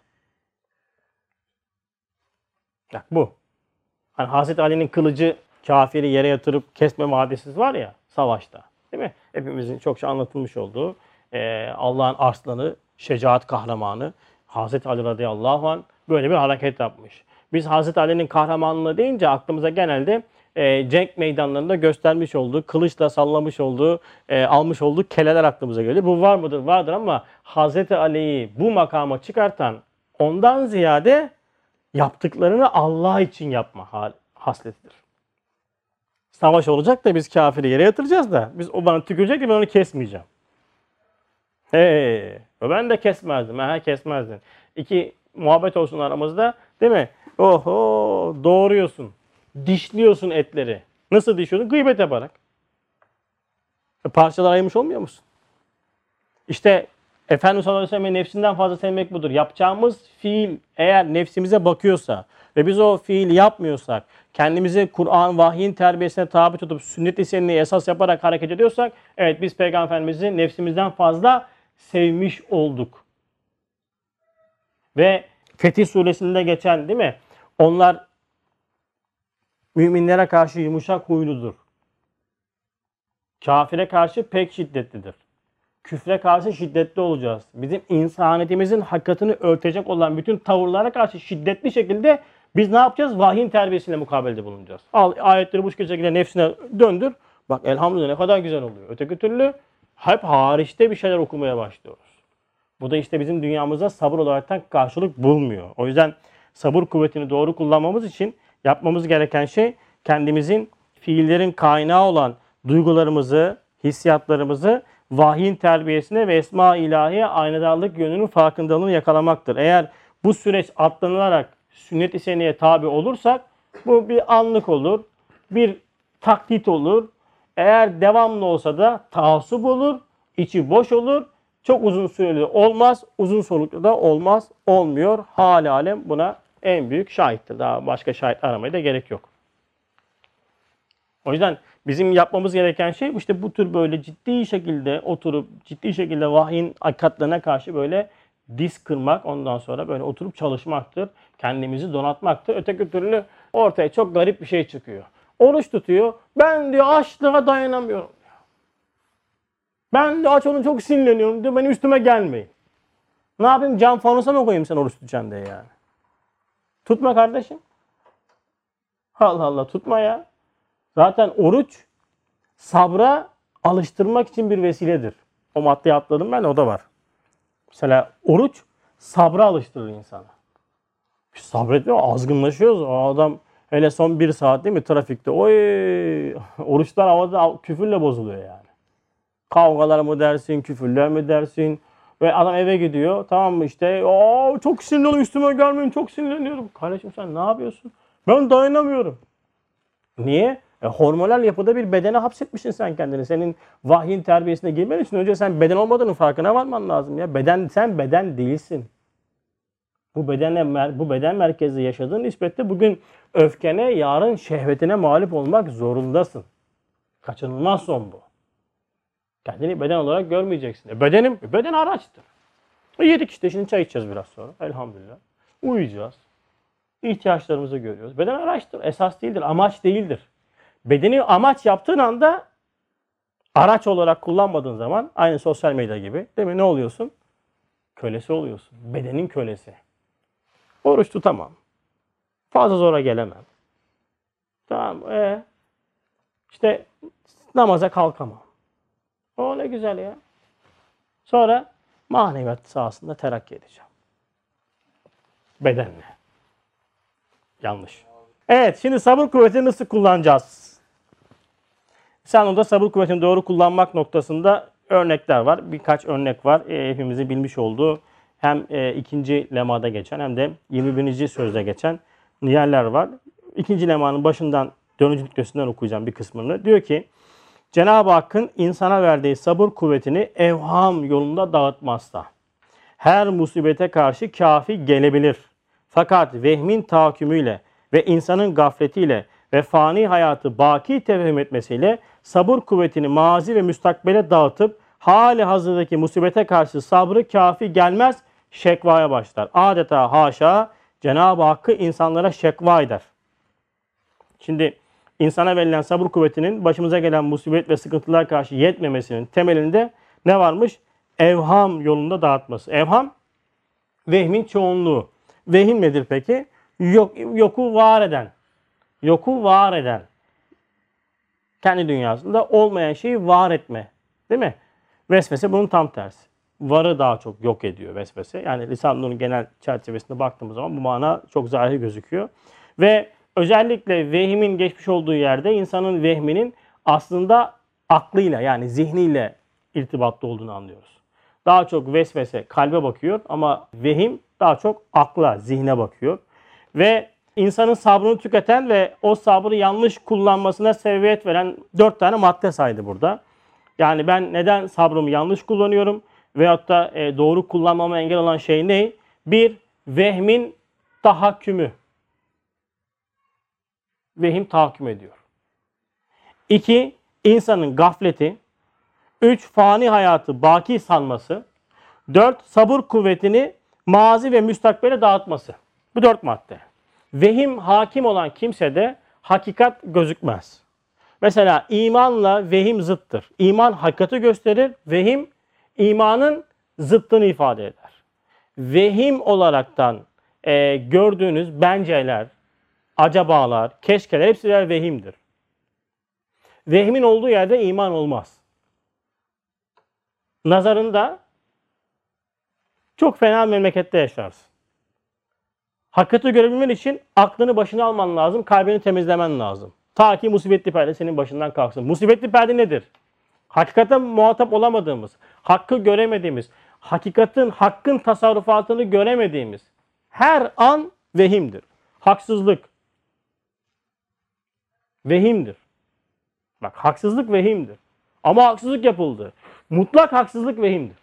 A: Bak bu. Hani Hazreti Ali'nin kılıcı kafiri yere yatırıp kesme hadisesi var ya savaşta. Değil mi? Hepimizin çokça anlatılmış olduğu Allah'ın arslanı, şecaat kahramanı Hazreti Ali radıyallahu anh böyle bir hareket yapmış. Biz Hazreti Ali'nin kahramanlığı deyince aklımıza genelde cenk meydanlarında göstermiş olduğu, kılıçla sallamış olduğu, almış olduğu keleler aklımıza geliyor. Bu var mıdır? Vardır ama Hazreti Ali'yi bu makama çıkartan ondan ziyade yaptıklarını Allah için yapma hasletidir. Savaş olacak da biz kafiri yere yatıracağız da biz o bana tükürecek de ben onu kesmeyeceğim. Ben de kesmezdim. Kesmezdin. İki muhabbet olsun aramızda değil mi? Oho doğruyorsun. Dişliyorsun etleri. Nasıl dişliyorsun? Gıybet yaparak. Parçalar ayırmış olmuyor musun? İşte Efendimiz sallallahu aleyhi ve sellem'in nefsinden fazla sevmek budur. Yapacağımız fiil eğer nefsimize bakıyorsa ve biz o fiili yapmıyorsak, kendimizi Kur'an, vahyin terbiyesine tabi tutup sünnet-i seniyyeyi esas yaparak hareket ediyorsak, evet biz Peygamberimizi nefsimizden fazla sevmiş olduk. Ve Fetih Suresinde geçen değil mi? Onlar müminlere karşı yumuşak huyludur. Kafire karşı pek şiddetlidir. Küfre karşı şiddetli olacağız. Bizim insaniyetimizin hakikatini örtecek olan bütün tavırlara karşı şiddetli şekilde biz ne yapacağız? Vahyin terbiyesiyle mukabelede bulunacağız. Al ayetleri bu şekilde nefsine döndür. Bak elhamdülillah ne kadar güzel oluyor. Öteki türlü hep hariçte bir şeyler okumaya başlıyoruz. Bu da işte bizim dünyamıza sabır olaraktan karşılık bulmuyor. O yüzden sabır kuvvetini doğru kullanmamız için yapmamız gereken şey kendimizin fiillerin kaynağı olan duygularımızı, hissiyatlarımızı vahyin terbiyesine ve esma-i ilahiye aynadarlık yönünün farkındalığını yakalamaktır. Eğer bu süreç atlanılarak sünnet-i seniyye tabi olursak bu bir anlık olur, bir taklit olur. Eğer devamlı olsa da taassup olur, içi boş olur. Çok uzun süreli olmaz, uzun soluklu da olmaz, olmuyor. Hal alem buna en büyük şahittir. Daha başka şahit aramaya da gerek yok. O yüzden bizim yapmamız gereken şey işte bu tür böyle ciddi şekilde oturup ciddi şekilde vahyin hakikatlerine karşı böyle diz kırmak, ondan sonra böyle oturup çalışmaktır. Kendimizi donatmaktır. Öteki türlü ortaya çok garip bir şey çıkıyor. Oruç tutuyor. Ben diyor açlığa dayanamıyorum. Ben de aç olun çok sinirleniyorum diyor. Benim üstüme gelmeyin. Ne yapayım? Cam fanusa mı koyayım sen oruç tutacaksın diye yani. Tutma kardeşim. Allah Allah tutma ya. Zaten oruç sabra alıştırmak için bir vesiledir. O maddeyi atladım ben, o da var. Mesela oruç sabra alıştırır insana. Biz sabretmiyor, azgınlaşıyoruz. O adam hele son 1 saat değil mi trafikte. Oy, oruçlar havada küfürle bozuluyor yani. Kavgalar mı dersin, küfürler mi dersin? Ve adam eve gidiyor. Tamam mı işte? Çok sinirleniyorum, üstüme gelmeyin, çok sinirleniyorum. Kardeşim sen ne yapıyorsun? Ben dayanamıyorum. Niye? Hormonal yapıda bir bedene hapsetmişsin sen kendini. Senin vahyin terbiyesine girmen için önce sen beden olmadığının farkına varman lazım ya. Sen beden değilsin. Bu beden merkezli yaşadığın nispette bugün öfkene, yarın şehvetine mağlup olmak zorundasın. Kaçınılmaz son bu. Kendini beden olarak görmeyeceksin. Beden araçtır. Yedik işte, şimdi çay içeceğiz biraz sonra. Elhamdülillah. Uyuyacağız. İhtiyaçlarımızı görüyoruz. Beden araçtır. Esas değildir. Amaç değildir. Bedeni amaç yaptığın anda araç olarak kullanmadığın zaman aynı sosyal medya gibi değil mi? Ne oluyorsun? Kölesi oluyorsun. Bedenin kölesi. Oruç tutamam. Fazla zora gelemem. Tamam. İşte namaza kalkamam. O ne güzel ya. Sonra maneviyat sahasında terakki edeceğim. Bedenle. Yanlış. Evet, şimdi sabır kuvvetini nasıl kullanacağız? Sen orada sabır kuvvetini doğru kullanmak noktasında örnekler var. Birkaç örnek var. Hepimizin bilmiş olduğu hem ikinci lemada geçen hem de 21. sözde geçen yerler var. İkinci lemanın başından 4. nüktesinden okuyacağım bir kısmını. Diyor ki, Cenab-ı Hakk'ın insana verdiği sabır kuvvetini evham yolunda dağıtmazsa, her musibete karşı kafi gelebilir. Fakat vehmin tahakkümüyle ve insanın gafletiyle ve fani hayatı baki tevehüm etmesiyle sabır kuvvetini mazi ve müstakbele dağıtıp hali hazırdaki musibete karşı sabrı kafi gelmez, şekvaya başlar. Adeta haşa Cenab-ı Hakk'ı insanlara şekva eder. Şimdi insana verilen sabır kuvvetinin başımıza gelen musibet ve sıkıntılar karşı yetmemesinin temelinde ne varmış? Evham yolunda dağıtması. Evham, vehmin çoğunluğu. Vehim nedir peki? Yoku var eden. Yoku var eden. Kendi dünyasında olmayan şeyi var etme. Değil mi? Vesvese bunun tam tersi. Varı daha çok yok ediyor vesvese. Yani Lisan-ı Nur'un genel çerçevesinde baktığımız zaman bu mana çok zahir gözüküyor. Ve özellikle vehimin geçmiş olduğu yerde insanın vehminin aslında aklıyla yani zihniyle irtibatlı olduğunu anlıyoruz. Daha çok vesvese kalbe bakıyor ama vehim daha çok akla, zihne bakıyor. Ve insanın sabrını tüketen ve o sabrı yanlış kullanmasına sebebiyet veren 4 tane madde saydı burada. Yani ben neden sabrımı yanlış kullanıyorum veyahut da doğru kullanmama engel olan şey ne? 1. Vehmin tahakkümü. Vehim tahakküm ediyor. 2. İnsanın gafleti. 3. Fani hayatı baki sanması. 4. Sabır kuvvetini mazi ve müstakbele dağıtması. Bu 4 madde. Vehim hakim olan kimsede hakikat gözükmez. Mesela imanla vehim zıttır. İman hakikati gösterir. Vehim imanın zıttını ifade eder. Vehim olaraktan gördüğünüz benceler, acabalar, keşkeler hepsi birer vehimdir. Vehimin olduğu yerde iman olmaz. Nazarında çok fena bir memlekette yaşarsın. Hakikati görebilmen için aklını başına alman lazım, kalbini temizlemen lazım. Ta ki musibetli perde senin başından kalksın. Musibetli perde nedir? Hakikate muhatap olamadığımız, hakkı göremediğimiz, hakkın tasarrufatını göremediğimiz her an vehimdir. Haksızlık vehimdir. Bak haksızlık vehimdir. Ama haksızlık yapıldı. Mutlak haksızlık vehimdir.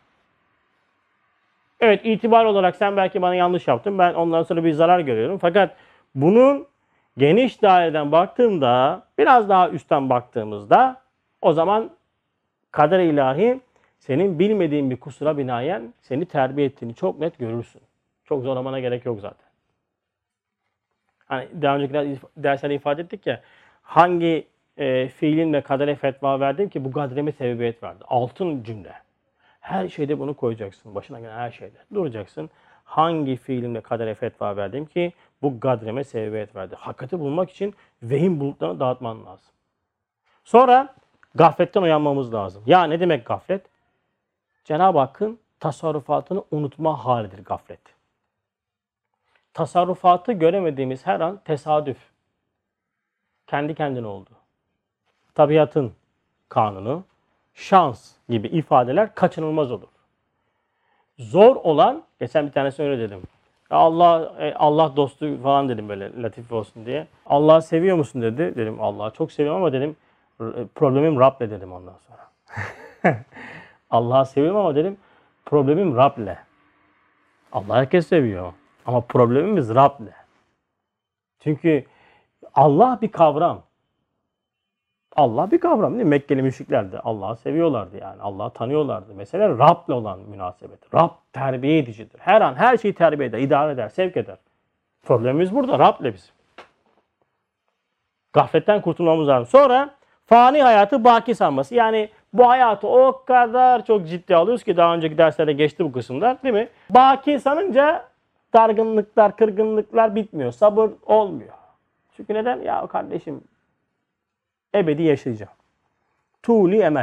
A: Evet itibar olarak sen belki bana yanlış yaptın. Ben ondan sonra bir zarar görüyorum. Fakat bunun geniş daireden baktığımda, biraz daha üstten baktığımızda o zaman kader ilahi senin bilmediğin bir kusura binaen seni terbiye ettiğini çok net görürsün. Çok zorlamana gerek yok zaten. Hani daha önceki derslerde ifade ettik ya hangi fiilinle kadere fetva verdim ki bu gadreme sebebiyet verdi. Altın cümle. Her şeyde bunu koyacaksın. Başına gelen her şeyde. Duracaksın. Hangi fiilimle kadere fetva verdim ki bu gadreme sebebiyet verdi. Hakikati bulmak için vehim bulutlarını dağıtman lazım. Sonra gafletten uyanmamız lazım. Ya ne demek gaflet? Cenab-ı Hakk'ın tasarrufatını unutma halidir gaflet. Tasarrufatı göremediğimiz her an tesadüf. Kendi kendine oldu. Tabiatın kanunu, şans gibi ifadeler kaçınılmaz olur. Zor olan, geçen bir tanesini öyle dedim. Allah dostu falan dedim böyle latif olsun diye. Allah'ı seviyor musun dedi. Dedim Allah'ı çok seviyorum ama dedim problemim Rab'le dedim ondan sonra. Allah'ı seviyorum ama dedim problemim Rab'le. Allah herkes seviyor ama problemimiz Rab'le. Çünkü Allah bir kavram. Allah bir kavram değil mi? Mekkeli müşrikler de Allah'ı seviyorlardı yani. Allah'ı tanıyorlardı. Mesele Rab'le olan münasebet. Rab terbiye edicidir. Her an her şeyi terbiye eder, idare eder, sevk eder. Problemimiz burada. Rab'le bizim. Gafletten kurtulmamız lazım. Sonra fani hayatı baki sanması. Yani bu hayatı o kadar çok ciddi alıyoruz ki daha önceki derslerde geçti bu kısımlar değil mi? Baki sanınca dargınlıklar, kırgınlıklar bitmiyor. Sabır olmuyor. Çünkü neden? Ya kardeşim ebedi yaşayacağım. Tuli emel.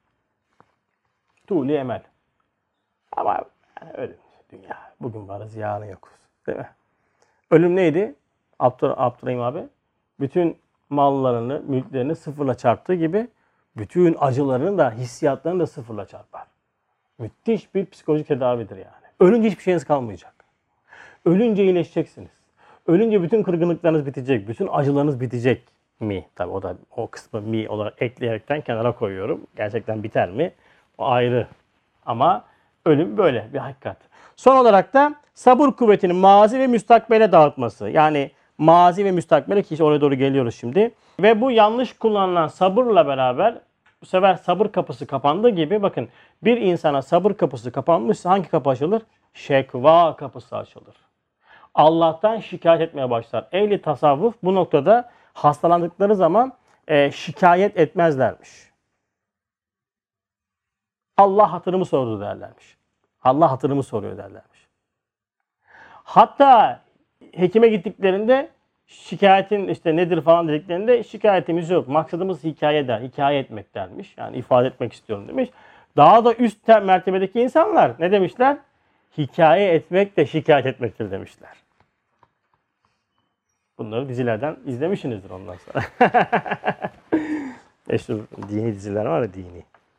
A: Tuli emel. Ama yani ölüm dünya. Bugün varız yarın yokuz. Değil mi? Ölüm neydi? Abdurrahim abi. Bütün mallarını, mülklerini sıfırla çarptığı gibi bütün acılarını da, hissiyatlarını da sıfırla çarpar. Müthiş bir psikolojik tedavidir yani. Ölünce hiçbir şeyiniz kalmayacak. Ölünce iyileşeceksiniz. Ölünce bütün kırgınlıklarınız bitecek. Bütün acılarınız bitecek. Mi. Tabi o da o kısmı mi olarak ekleyerekten kenara koyuyorum. Gerçekten biter mi? O ayrı. Ama ölüm böyle bir hakikat. Son olarak da sabır kuvvetinin mazi ve müstakbele dağıtması. Yani mazi ve müstakbele, ki oraya doğru geliyoruz şimdi. Ve bu yanlış kullanılan sabırla beraber bu sefer sabır kapısı kapandığı gibi, bakın, bir insana sabır kapısı kapanmışsa hangi kapı açılır? Şekva kapısı açılır. Allah'tan şikayet etmeye başlar. Ehli tasavvuf bu noktada hastalandıkları zaman şikayet etmezlermiş. Allah hatırımı sordu derlermiş. Allah hatırımı soruyor derlermiş. Hatta hekime gittiklerinde şikayetin işte nedir falan dediklerinde şikayetimiz yok. Maksadımız hikaye der, hikaye etmek dermiş. Yani ifade etmek istiyorum demiş. Daha da üst mertebedeki insanlar ne demişler? Hikaye etmek de şikayet etmektir demişler. Bunları dizilerden izlemişsinizdir ondan sonra. Meşhur dini diziler var ya, dini.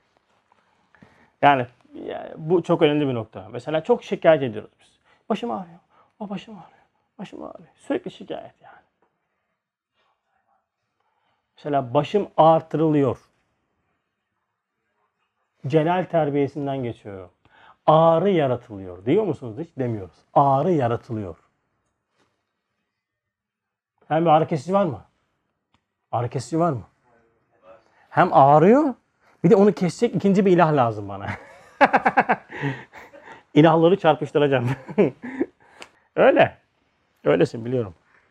A: Yani bu çok önemli bir nokta. Mesela çok şikayet ediyoruz biz. Başım ağrıyor. O başım ağrıyor. Başım ağrıyor. Sürekli şikayet yani. Mesela başım artırılıyor. Celal terbiyesinden geçiyor. Ağrı yaratılıyor. Diyor musunuz hiç? Demiyoruz. Ağrı yaratılıyor. Hem bir ağrı kesici var mı? Ağrı kesici var mı? Hem ağrıyor, bir de onu kesecek ikinci bir ilah lazım bana. İlahları çarpıştıracağım. Öyle. Öylesin biliyorum.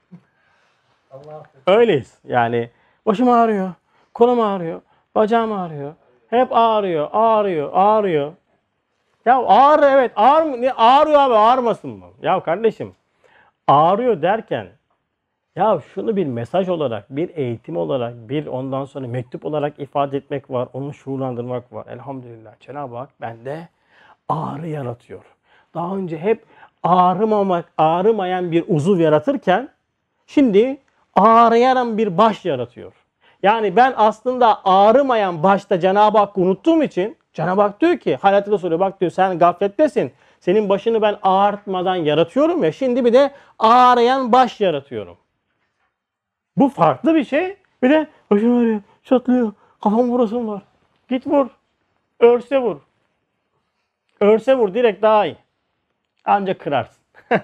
A: Öyleyiz. Yani başım ağrıyor, kolum ağrıyor, bacağım ağrıyor. Hep ağrıyor, ağrıyor, ağrıyor. Ya ağrı, evet, ağrıyor abi, ağrımasın mı? Ya kardeşim, ağrıyor derken ya şunu bir mesaj olarak, bir eğitim olarak, bir ondan sonra mektup olarak ifade etmek var. Onu şuurlandırmak var. Elhamdülillah Cenab-ı Hak bende ağrı yaratıyor. Daha önce hep ağrımayan bir uzuv yaratırken şimdi ağrıyan bir baş yaratıyor. Yani ben aslında ağrımayan başta Cenab-ı Hakk'ı unuttuğum için Cenab-ı Hak diyor ki, hayatında soruyor, bak diyor, sen gaflettesin. Senin başını ben ağartmadan yaratıyorum ya, şimdi bir de ağrıyan baş yaratıyorum. Bu farklı bir şey. Bir de başım ağrıyor, çatlıyor, kafam vurasım var. Git vur. Örse vur. Örse vur, direkt daha iyi. Ancak kırarsın.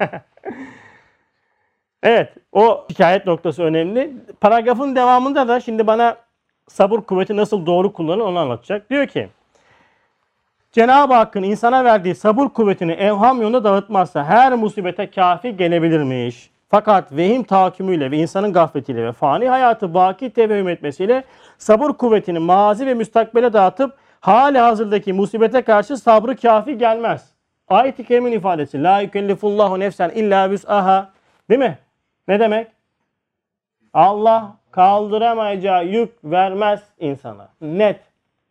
A: Evet, o şikayet noktası önemli. Paragrafın devamında da şimdi bana sabır kuvveti nasıl doğru kullanılır onu anlatacak. Diyor ki, Cenab-ı Hakk'ın insana verdiği sabır kuvvetini evham yolunda dağıtmazsa her musibete kafi gelebilirmiş. Fakat vehim tahakkümüyle ve insanın gafletiyle ve fani hayatı baki tevehüm etmesiyle sabır kuvvetini mazi ve müstakbele dağıtıp hali hazırdaki musibete karşı sabrı kafi gelmez. Ayet-i Kerime'nin ifadesi la yükellifullahu nefsen illa vüs'aha. Değil mi? Ne demek? Allah kaldıramayacağı yük vermez insana. Net.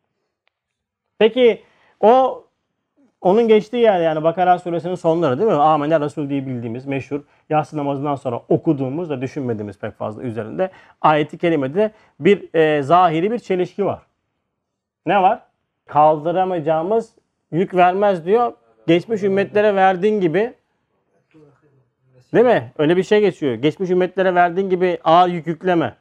A: Peki onun geçtiği yer, yani Bakara suresinin sonları değil mi? Amener Resul diye bildiğimiz meşhur yatsı namazından sonra okuduğumuz da düşünmediğimiz pek fazla üzerinde ayeti kerimede bir zahiri bir çelişki var. Ne var? Kaldıramayacağımız yük vermez diyor. Geçmiş ümmetlere verdiğin gibi, değil mi? Öyle bir şey geçiyor. Geçmiş ümmetlere verdiğin gibi ağır yük yükleme.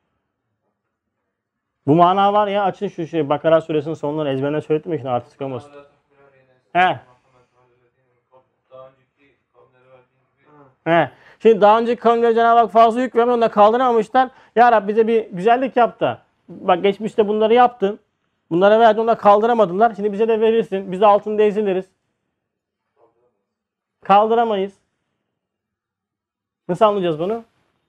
A: Bu mana var ya, açın şu Bakara suresinin sonları, ezberine söyledim mi şimdi artık sıkamazsın. He. He. Şimdi daha önceki kavimlere Cenab-ı Hak fazla yük vermiyor, onu da kaldıramamışlar. Ya Rabbi bize bir güzellik yap da. Bak geçmişte bunları yaptın. Bunlara verdin, onu da kaldıramadılar. Şimdi bize de verirsin. Biz de altında eziliriz. Kaldıramayız. Nasıl anlayacağız bunu?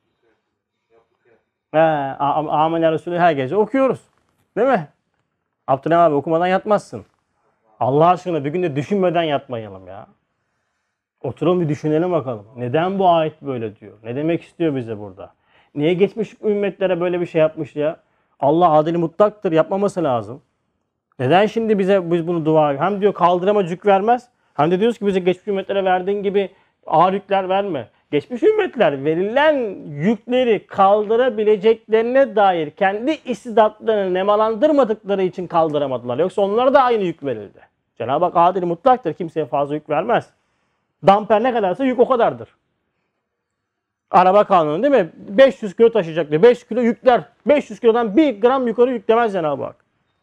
A: Amener Resulü her gece okuyoruz. Değil mi? Abdülhamid abi, okumadan yatmazsın. Allah aşkına bir gün de düşünmeden yatmayalım ya. Oturalım bir düşünelim bakalım. Neden bu ayet böyle diyor? Ne demek istiyor bize burada? Niye geçmiş ümmetlere böyle bir şey yapmış ya? Allah adil mutlaktır, yapmaması lazım. Neden şimdi biz bunu dua ediyoruz? Hem diyor kaldırama yük vermez. Hem de diyoruz ki bize geçmiş ümmetlere verdiğin gibi ağır yükler verme. Geçmiş ümmetler verilen yükleri kaldırabileceklerine dair kendi istidatlarını nemalandırmadıkları için kaldıramadılar. Yoksa onlara da aynı yük verildi. Cenab-ı Hak adil mutlaktır. Kimseye fazla yük vermez. Damper ne kadarsa yük o kadardır. Araba kanunu değil mi? 500 kilo taşıyacak diyor. 5 kilo yükler. 500 kilodan 1 gram yukarı yüklemez Cenab-ı Hak.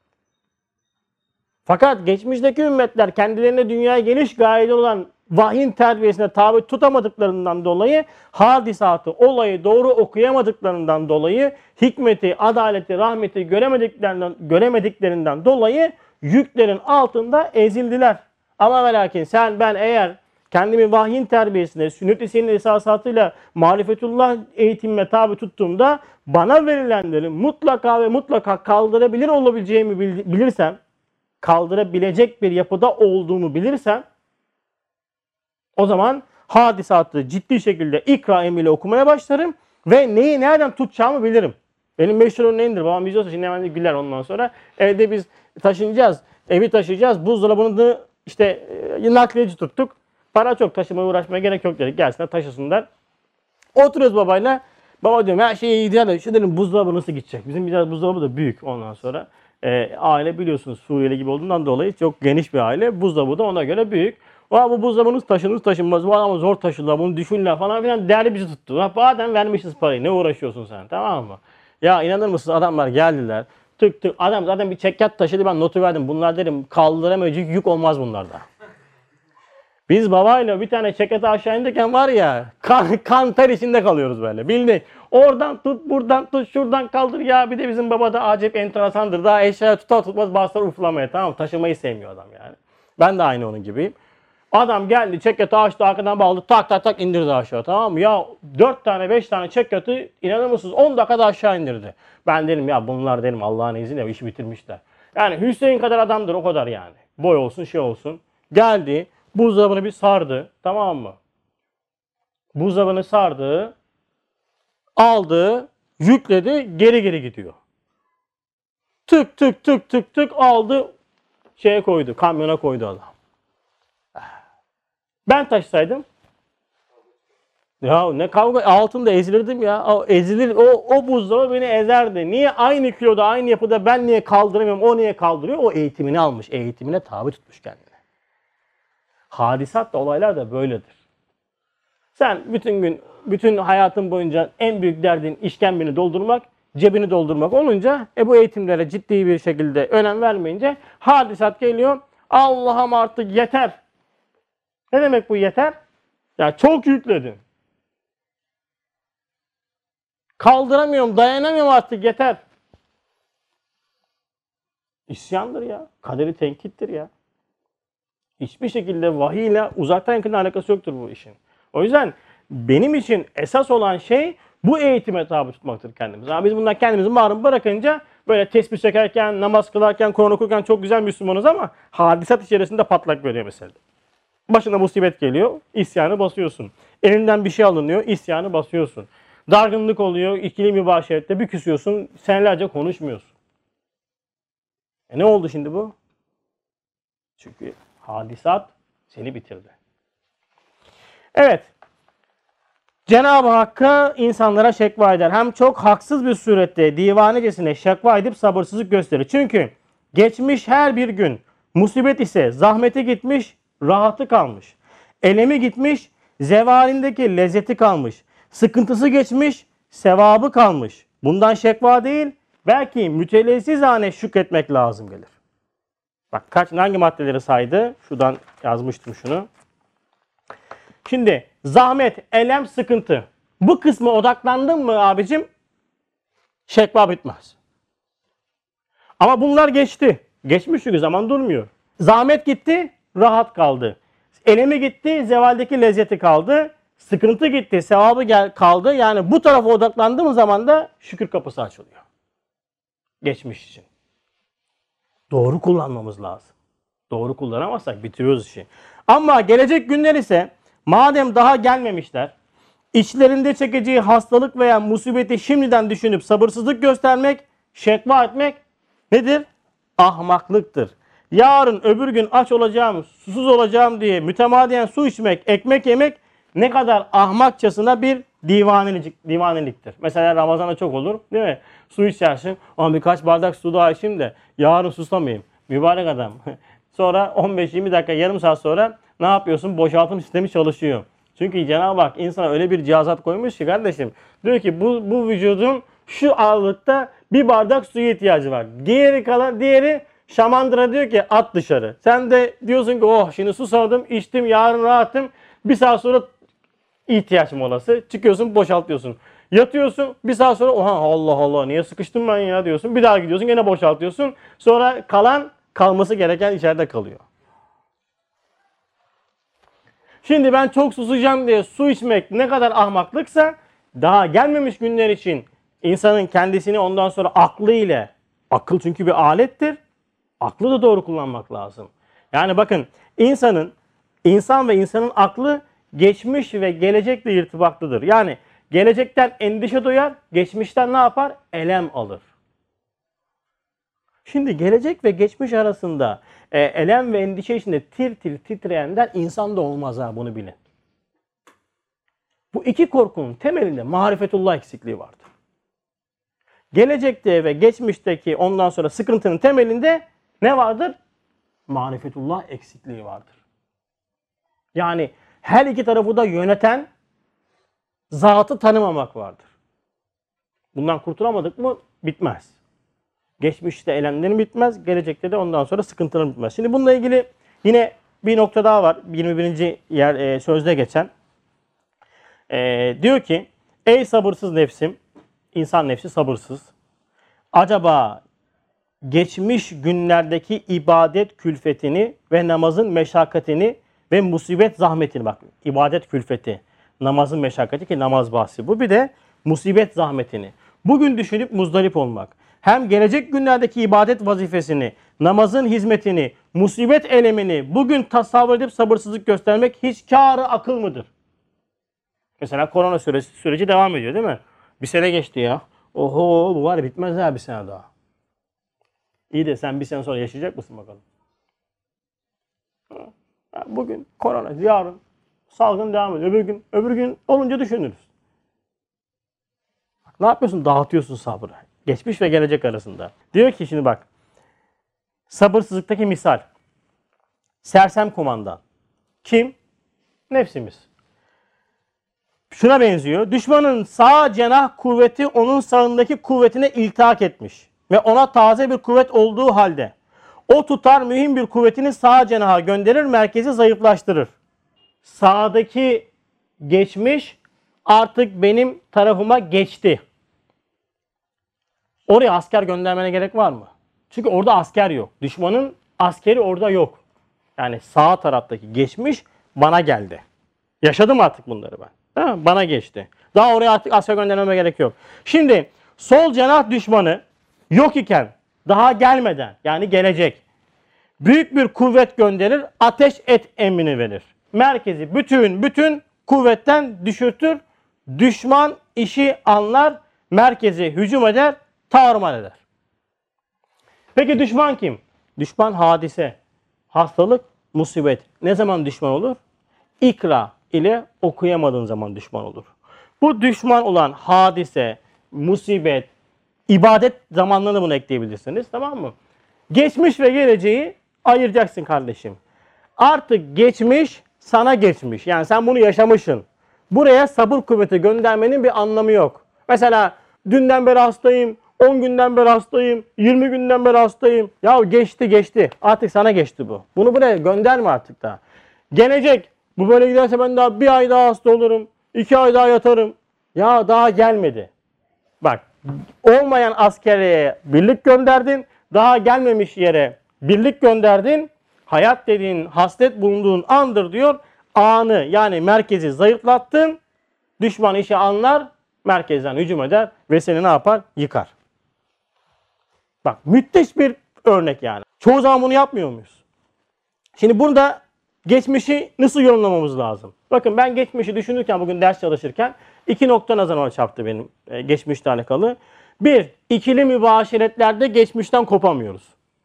A: Fakat geçmişteki ümmetler kendilerine dünyaya geliş gayeli olan vahyin terbiyesine tabi tutamadıklarından dolayı, hadisatı, olayı doğru okuyamadıklarından dolayı, hikmeti, adaleti, rahmeti göremediklerinden dolayı yüklerin altında ezildiler. Ama ve lakin sen ben eğer kendimi vahyin terbiyesine, sünnet-i seniyye esasatıyla marifetullah eğitimime tabi tuttuğumda bana verilenleri mutlaka ve mutlaka kaldırabilir olabileceğimi bilirsem, kaldırabilecek bir yapıda olduğumu bilirsem, o zaman hadisatı ciddi şekilde ikra emriyle okumaya başlarım ve neyi nereden tutacağımı bilirim. Benim meşhur örneğimdir. Babam izliyorsa şimdi hemen de güler ondan sonra. Evde biz taşınacağız, evi taşıyacağız. Buzdolabını da işte nakliyeci tuttuk. Para çok, taşımaya uğraşmaya gerek yok dedik. Gelsinler taşısınlar. Oturuyoruz babayla. Baba diyorum her şey iyi değil. Şu dedim buzdolabı nasıl gidecek? Bizim biraz buzdolabı da büyük ondan sonra. Aile biliyorsunuz Suriyeli gibi olduğundan dolayı çok geniş bir aile. Buzdolabı da ona göre büyük. Bu buzdolabınız taşınır taşınmaz. Bu adamı zor taşıdılar. Bunu düşünler falan filan. Değerli bir şey tuttu. Madem vermişiz parayı. Ne uğraşıyorsun sen? Tamam mı? Ya inanır mısınız adamlar geldiler. Tık tık. Adam zaten bir çekyat taşıdı. Ben notu verdim. Bunlar dedim kaldıramayacak yük olmaz bunlarda. Biz babayla bir tane çekyatı aşağı indirken var ya kan ter içinde kalıyoruz böyle. Bildik. Oradan tut, buradan tut, şuradan kaldır ya. Bir de bizim baba da acayip enteresandır. Daha eşyayı tutar tutmaz başlar uflamaya. Tamam mı? Taşımayı sevmiyor adam yani. Ben de aynı onun gibiyim. Adam geldi çekyatı açtı arkadan bağladı tak tak tak indirdi aşağı, tamam mı? Ya 4 tane 5 tane çekyatı inanır mısınız 10 dakikada aşağı indirdi. Ben dedim ya bunlar dedim Allah'ın izniyle işi bitirmişler. Yani Hüseyin kadar adamdır o kadar yani. Boy olsun şey olsun. Geldi buzdolabını bir sardı, tamam mı? Buzdolabını sardı. Aldı, yükledi, geri gidiyor. Tık tık tık tık tık aldı, şeye koydu, kamyona koydu adam. Ben taşısaydım, ya ne kavga, altında ezilirdim ya. O buzdolabı beni ezerdi. Niye aynı kiloda, aynı yapıda ben niye kaldıramıyorum, o niye kaldırıyor? O eğitimini almış, eğitimine tabi tutmuş kendini. Hadisat da olaylar da böyledir. Sen bütün gün, bütün hayatın boyunca en büyük derdin işkembeni doldurmak, cebini doldurmak olunca bu eğitimlere ciddi bir şekilde önem vermeyince hadisat geliyor. Allah'ım artık yeter. Ne demek bu yeter? Ya çok yükledin. Kaldıramıyorum, dayanamıyorum artık yeter. İsyandır ya. Kaderi tenkittir ya. Hiçbir şekilde vahiy ile uzaktan yakın alakası yoktur bu işin. O yüzden benim için esas olan şey bu eğitime tabi tutmaktır kendimiz. Ama biz bundan kendimizi mahrum bırakınca böyle tesbih çekerken, namaz kılarken, Kur'an okurken çok güzel Müslümanız ama hadisat içerisinde patlak veriyor mesela. Başına musibet geliyor, isyanı basıyorsun. Elinden bir şey alınıyor, isyanı basıyorsun. Dargınlık oluyor, ikili mübaşirette bir küsüyorsun, senelerce konuşmuyorsun. Ne oldu şimdi bu? Çünkü hadisat seni bitirdi. Evet. Cenab-ı Hakk'a insanlara şekva eder. Hem çok haksız bir surette divanecesine şekva edip sabırsızlık gösterir. Çünkü geçmiş her bir gün musibet ise zahmeti gitmiş, rahatı kalmış. Elemi gitmiş, zevalindeki lezzeti kalmış. Sıkıntısı geçmiş, sevabı kalmış. Bundan şekva değil, belki mütelezzizane şükretmek lazım gelir. Bak hangi maddeleri saydı? Şuradan yazmıştım şunu. Şimdi zahmet, elem, sıkıntı. Bu kısma odaklandın mı abicim? Şekva bitmez. Ama bunlar geçti. Geçmiş çünkü zaman durmuyor. Zahmet gitti, rahat kaldı. Elemi gitti, zevaldeki lezzeti kaldı. Sıkıntı gitti, sevabı kaldı. Yani bu tarafa odaklandığımız zaman da şükür kapısı açılıyor. Geçmiş için. Doğru kullanmamız lazım. Doğru kullanamazsak bitiriyoruz işi. Ama gelecek günler ise madem daha gelmemişler, içlerinde çekeceği hastalık veya musibeti şimdiden düşünüp sabırsızlık göstermek, şekva etmek nedir? Ahmaklıktır. Yarın öbür gün aç olacağım, susuz olacağım diye mütemadiyen su içmek, ekmek yemek ne kadar ahmakçasına bir divaneliktir. Mesela Ramazan'da çok olur değil mi? Su içersin, ama birkaç bardak su daha içeyim de yarın susamayayım. Mübarek adam. Sonra 15-20 dakika, yarım saat sonra ne yapıyorsun? Boşaltım sistemi çalışıyor. Çünkü Cenab-ı Hak insana öyle bir cihazat koymuş ki kardeşim. Diyor ki bu vücudun şu ağırlıkta bir bardak suya ihtiyacı var. Diğeri şamandıra diyor ki at dışarı. Sen de diyorsun ki oh şimdi susadım, içtim, yarın rahatım. Bir saat sonra ihtiyaç molası. Çıkıyorsun, boşaltıyorsun. Yatıyorsun, bir saat sonra oha Allah Allah niye sıkıştım ben ya diyorsun. Bir daha gidiyorsun, gene boşaltıyorsun. Sonra kalması gereken içeride kalıyor. Şimdi ben çok susayacağım diye su içmek ne kadar ahmaklıksa daha gelmemiş günler için insanın kendisini ondan sonra akıl çünkü bir alettir. Aklı da doğru kullanmak lazım. Yani bakın insan ve insanın aklı geçmiş ve gelecekle irtibatlıdır. Yani gelecekten endişe duyar, geçmişten ne yapar? Elem alır. Şimdi gelecek ve geçmiş arasında elem ve endişe içinde tir tir titreyenler insanda olmaz ha, bunu bilin. Bu iki korkunun temelinde marifetullah eksikliği vardır. Gelecekte ve geçmişteki ondan sonra sıkıntının temelinde ne vardır? Marifetullah eksikliği vardır. Yani her iki tarafı da yöneten zatı tanımamak vardır. Bundan kurtulamadık mı bitmez. Geçmişte elemlerin bitmez, gelecekte de ondan sonra sıkıntıların bitmez. Şimdi bununla ilgili yine bir nokta daha var. 21. Sözde geçen. Diyor ki, ey sabırsız nefsim, insan nefsi sabırsız. Acaba geçmiş günlerdeki ibadet külfetini ve namazın meşakkatini ve musibet zahmetini, bak ibadet külfeti, namazın meşakkati ki namaz bahsi bu, bir de musibet zahmetini bugün düşünüp muzdarip olmak. Hem gelecek günlerdeki ibadet vazifesini, namazın hizmetini, musibet elemini bugün tasavvur edip sabırsızlık göstermek hiç kârı akıl mıdır? Mesela korona süreci devam ediyor değil mi? Bir sene geçti ya. Oho bu var ya, bitmez ya bir sene daha. İyi de sen bir sene sonra yaşayacak mısın bakalım? Bugün korona, yarın salgın devam ediyor. Öbür gün olunca düşünürüz. Ne yapıyorsun? Dağıtıyorsun sabrı. Geçmiş ve gelecek arasında. Diyor ki şimdi bak. Sabırsızlıktaki misal. Sersem kumandan. Kim? Nefsimiz. Şuna benziyor. Düşmanın sağ cenah kuvveti onun sağındaki kuvvetine iltihak etmiş. Ve ona taze bir kuvvet olduğu halde o tutar mühim bir kuvvetini sağ cenaha gönderir, merkezi zayıflaştırır. Sağdaki geçmiş artık benim tarafıma geçti. Oraya asker göndermene gerek var mı? Çünkü orada asker yok. Düşmanın askeri orada yok. Yani sağ taraftaki geçmiş bana geldi. Yaşadım artık bunları ben. Ha, bana geçti. Daha oraya artık asker göndermeme gerek yok. Şimdi sol cenah düşmanı yok iken, daha gelmeden, yani gelecek, büyük bir kuvvet gönderir, ateş et emrini verir. Merkezi bütün kuvvetten düşürtür. Düşman işi anlar, merkezi hücum eder, tarumar eder. Peki düşman kim? Düşman hadise, hastalık, musibet. Ne zaman düşman olur? İkra ile okuyamadığın zaman düşman olur. Bu düşman olan hadise, musibet, ibadet zamanlarını bunu ekleyebilirsiniz, tamam mı? Geçmiş ve geleceği ayıracaksın kardeşim. Artık geçmiş sana geçmiş. Yani sen bunu yaşamışsın. Buraya sabır kuvveti göndermenin bir anlamı yok. Mesela dünden beri hastayım, 10 günden beri hastayım, 20 günden beri hastayım. Ya geçti. Artık sana geçti bu. Bunu buraya gönderme artık daha. Gelecek. Bu böyle giderse ben daha bir ay daha hasta olurum. 2 ay daha yatarım. Ya daha gelmedi. Bak, olmayan askeriyeye birlik gönderdin. Daha gelmemiş yere birlik gönderdin. Hayat dediğin, hasret bulunduğun andır diyor. Anı, yani merkezi zayıflattın. Düşman işi anlar, merkezden hücum eder ve seni ne yapar? Yıkar. Bak, müthiş bir örnek yani. Çoğu zaman bunu yapmıyor muyuz? Şimdi burada geçmişi nasıl yorumlamamız lazım? Bakın ben geçmişi düşünürken, bugün ders çalışırken 2 nokta nazarıma çarptı benim geçmişle alakalı. 1. İkili mübaşiretlerde geçmişten kopamıyoruz.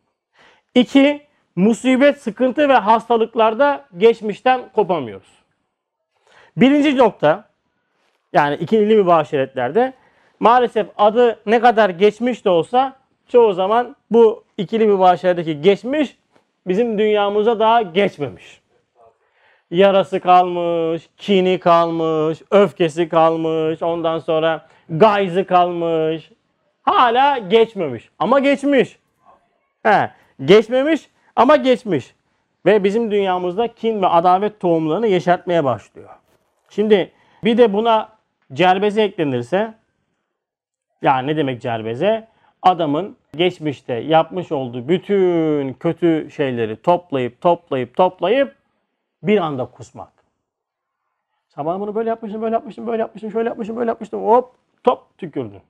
A: 2. Musibet, sıkıntı ve hastalıklarda geçmişten kopamıyoruz. Birinci nokta, yani ikili mübaşiretlerde maalesef adı ne kadar geçmiş de olsa çoğu zaman bu ikili mübaşiretteki geçmiş bizim dünyamıza daha geçmemiş. Yarası kalmış, kini kalmış, öfkesi kalmış, ondan sonra gayzı kalmış. Hala geçmemiş ama geçmiş. Geçmemiş ama geçmiş. Ve bizim dünyamızda kin ve adalet tohumlarını yeşertmeye başlıyor. Şimdi bir de buna cerbeze eklenirse, yani ne demek cerbeze? Adamın geçmişte yapmış olduğu bütün kötü şeyleri toplayıp bir anda kusmak. Sen bana bunu böyle yapmışsın, böyle yapmışsın, böyle yapmışsın, şöyle yapmışsın, böyle yapmışsın, hop, top tükürdün.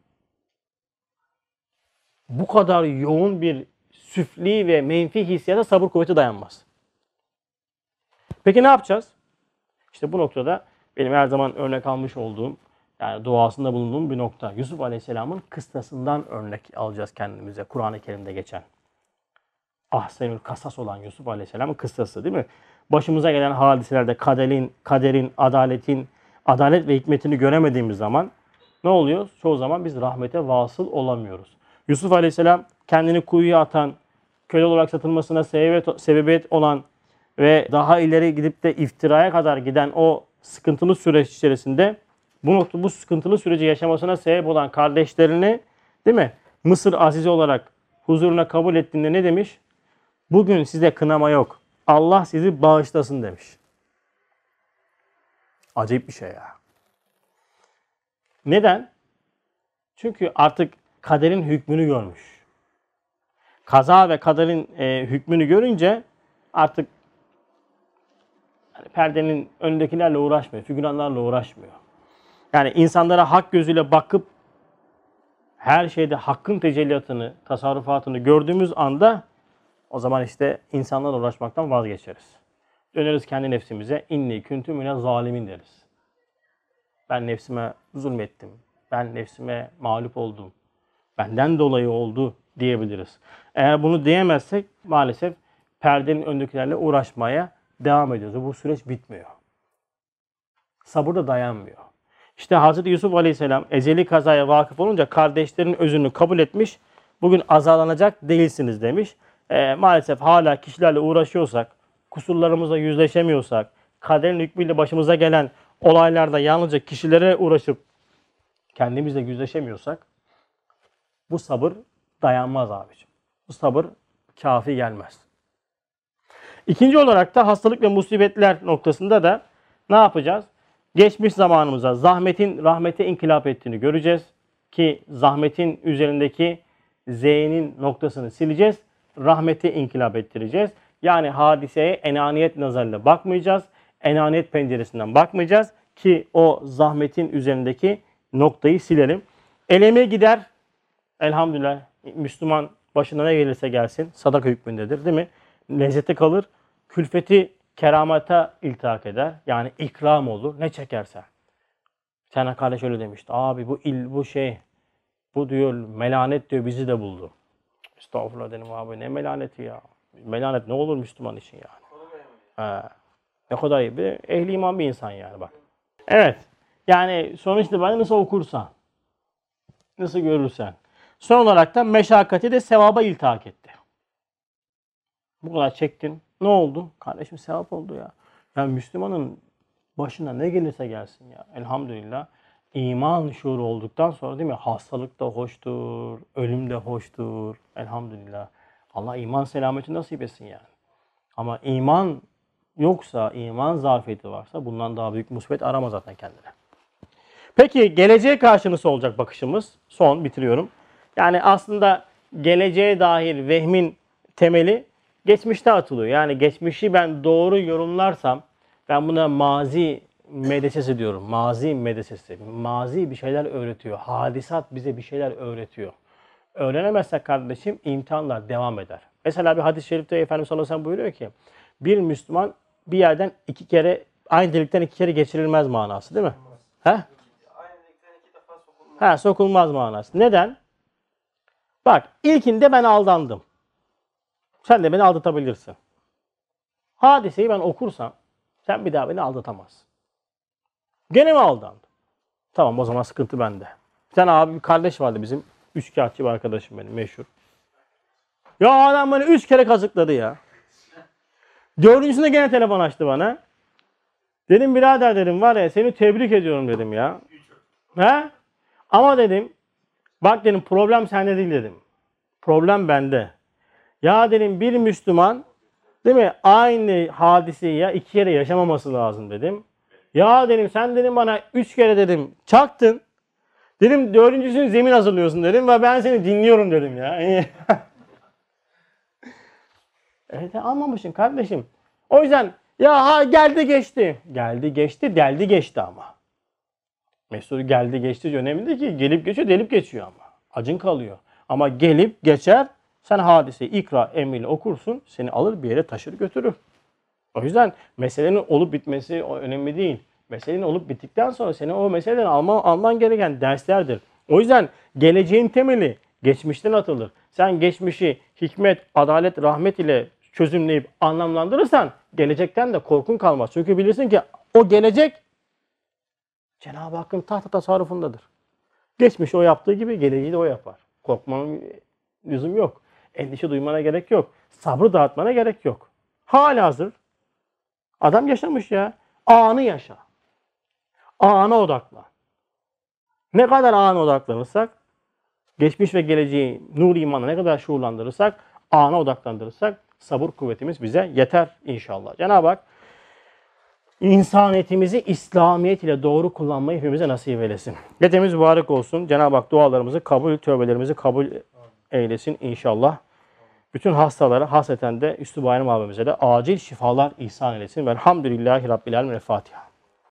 A: Bu kadar yoğun bir süfli ve menfi hissiyata sabır kuvveti dayanmaz. Peki ne yapacağız? İşte bu noktada benim her zaman örnek almış olduğum, yani duasında bulunduğum bir nokta. Yusuf Aleyhisselam'ın kıssasından örnek alacağız kendimize. Kur'an-ı Kerim'de geçen. Ahsenül Kasas olan Yusuf Aleyhisselam'ın kıssası değil mi? Başımıza gelen hadiselerde kaderin, adalet ve hikmetini göremediğimiz zaman ne oluyor? Çoğu zaman biz rahmete vasıl olamıyoruz. Yusuf Aleyhisselam kendini kuyuya atan, köle olarak satılmasına sebebiyet olan ve daha ileri gidip de iftiraya kadar giden o sıkıntılı süreç içerisinde bu sıkıntılı süreci yaşamasına sebep olan kardeşlerini, değil mi, Mısır azizi olarak huzuruna kabul ettiğinde ne demiş? Bugün size kınama yok. Allah sizi bağışlasın demiş. Acayip bir şey ya. Neden? Çünkü artık kaderin hükmünü görmüş. Kaza ve kaderin hükmünü görünce artık perdenin önündekilerle uğraşmıyor, figüranlarla uğraşmıyor. Yani insanlara hak gözüyle bakıp her şeyde hakkın tecelliyatını, tasarrufatını gördüğümüz anda o zaman işte insanlarla uğraşmaktan vazgeçeriz. Döneriz kendi nefsimize, inni kuntu mine zalimin deriz. Ben nefsime zulmettim, ben nefsime mağlup oldum, benden dolayı oldu diyebiliriz. Eğer bunu diyemezsek maalesef perdenin önündekilerle uğraşmaya devam ediyoruz. Bu süreç bitmiyor. Sabır da dayanmıyor. İşte Hz. Yusuf Aleyhisselam ezeli kazaya vakıf olunca kardeşlerin özünü kabul etmiş. Bugün azalanacak değilsiniz demiş. Maalesef hala kişilerle uğraşıyorsak, kusurlarımızla yüzleşemiyorsak, kaderin hükmüyle başımıza gelen olaylarda yalnızca kişilere uğraşıp kendimizle yüzleşemiyorsak bu sabır dayanmaz abiciğim. Bu sabır kafi gelmez. İkinci olarak da hastalık ve musibetler noktasında da ne yapacağız? Geçmiş zamanımıza zahmetin rahmete inkılap ettiğini göreceğiz. Ki zahmetin üzerindeki Z'nin noktasını sileceğiz. Rahmete inkılap ettireceğiz. Yani hadiseye enaniyet nazarıyla bakmayacağız. Enaniyet penceresinden bakmayacağız. Ki o zahmetin üzerindeki noktayı silelim. Eleme gider. Elhamdülillah Müslüman başına ne gelirse gelsin sadaka hükmündedir değil mi? Lezzeti kalır. Külfeti keramata iltihak eder. Yani ikram olur. Ne çekerse. Bir tane kardeş öyle demişti. Abi bu diyor melanet diyor bizi de buldu. Estağfurullah dedim abi ne melaneti ya. Melanet ne olur Müslüman için yani. Ne kadar iyi bir ehli iman bir insan yani bak. Evet. Yani sonuçta bana nasıl okursan, nasıl görürsen. Son olarak da meşakkati de sevaba iltihak etti. Bu kadar çektin. Ne oldu? Kardeşim sevap oldu ya. Yani Müslümanın başına ne gelirse gelsin ya. Elhamdülillah. İman şuuru olduktan sonra değil mi? Hastalık da hoştur. Ölüm de hoştur. Elhamdülillah. Allah iman selameti nasip etsin yani. Ama iman yoksa, iman zafiyeti varsa bundan daha büyük musibet arama zaten kendine. Peki geleceğe karşı nasıl olacak bakışımız? Son bitiriyorum. Yani aslında geleceğe dair vehmin temeli geçmişte atılıyor. Yani geçmişi ben doğru yorumlarsam ben buna mazi medresesi diyorum. Mazi medresesi. Mazi bir şeyler öğretiyor. Hadisat bize bir şeyler öğretiyor. Öğrenemezsek kardeşim imtihanlar devam eder. Mesela bir hadis-i şerifte Efendimiz sallallahu aleyhi ve sellem buyuruyor ki bir Müslüman bir yerden aynı delikten iki kere geçirilmez manası değil mi? Aynı
B: delikten iki defa sokulmaz.
A: Sokulmaz manası. Neden? Bak ilkinde ben aldandım. Sen de beni aldatabilirsin. Hadiseyi ben okursam sen bir daha beni aldatamazsın. Gene mi aldandın? Tamam o zaman sıkıntı bende. Bir tane abi bir kardeş vardı bizim. Üçkağıtçı bir arkadaşım benim meşhur. Ya adam beni 3 kere kazıkladı ya. Dördüncüsünde gene telefon açtı bana. Dedim birader dedim var ya seni tebrik ediyorum dedim ya. He? Ama dedim bak dedim problem sende değil dedim. Problem bende. Ya dedim bir Müslüman değil mi? Aynı hadiseyi ya iki kere yaşamaması lazım dedim. Ya dedim sen dedim bana 3 kere dedim çaktın. Dedim dördüncüsünü zemin hazırlıyorsun dedim ve ben seni dinliyorum dedim ya. Evet anlamışsın kardeşim. O yüzden ya ha geldi geçti. Geldi geçti deldi geçti ama. Mesut geldi geçti önemli değil ki. Gelip geçiyor delip geçiyor ama. Acın kalıyor. Ama gelip geçer sen hadiseyi ikra emriyle okursun seni alır bir yere taşır götürür. O yüzden meselenin olup bitmesi önemli değil. Meselenin olup bittikten sonra senin o meseleden alman gereken derslerdir. O yüzden geleceğin temeli geçmişten atılır. Sen geçmişi hikmet, adalet, rahmet ile çözümleyip anlamlandırırsan gelecekten de korkun kalmaz. Çünkü bilirsin ki o gelecek Cenab-ı Hakk'ın tahta tasarrufundadır. Geçmişi o yaptığı gibi geleceği de o yapar. Korkmanın lüzum yok. Endişe duymana gerek yok. Sabrı dağıtmana gerek yok. Halihazır adam yaşamış ya. Anı yaşa. Ana odaklan. Ne kadar ana odaklanırsak, geçmiş ve geleceği nur imanla ne kadar şuurlandırırsak, ana odaklandırırsak sabır kuvvetimiz bize yeter inşallah. Cenab-ı Hak insaniyetimizi İslamiyet ile doğru kullanmayı hepimize nasip eylesin. Gecemiz mübarek olsun. Cenab-ı Hak dualarımızı kabul, tövbelerimizi kabul eylesin inşallah. Bütün hastalara, hasreten de Üstü Bayram abimize de acil şifalar ihsan eylesin. Velhamdülillahi Rabbil Alemin. Fatiha.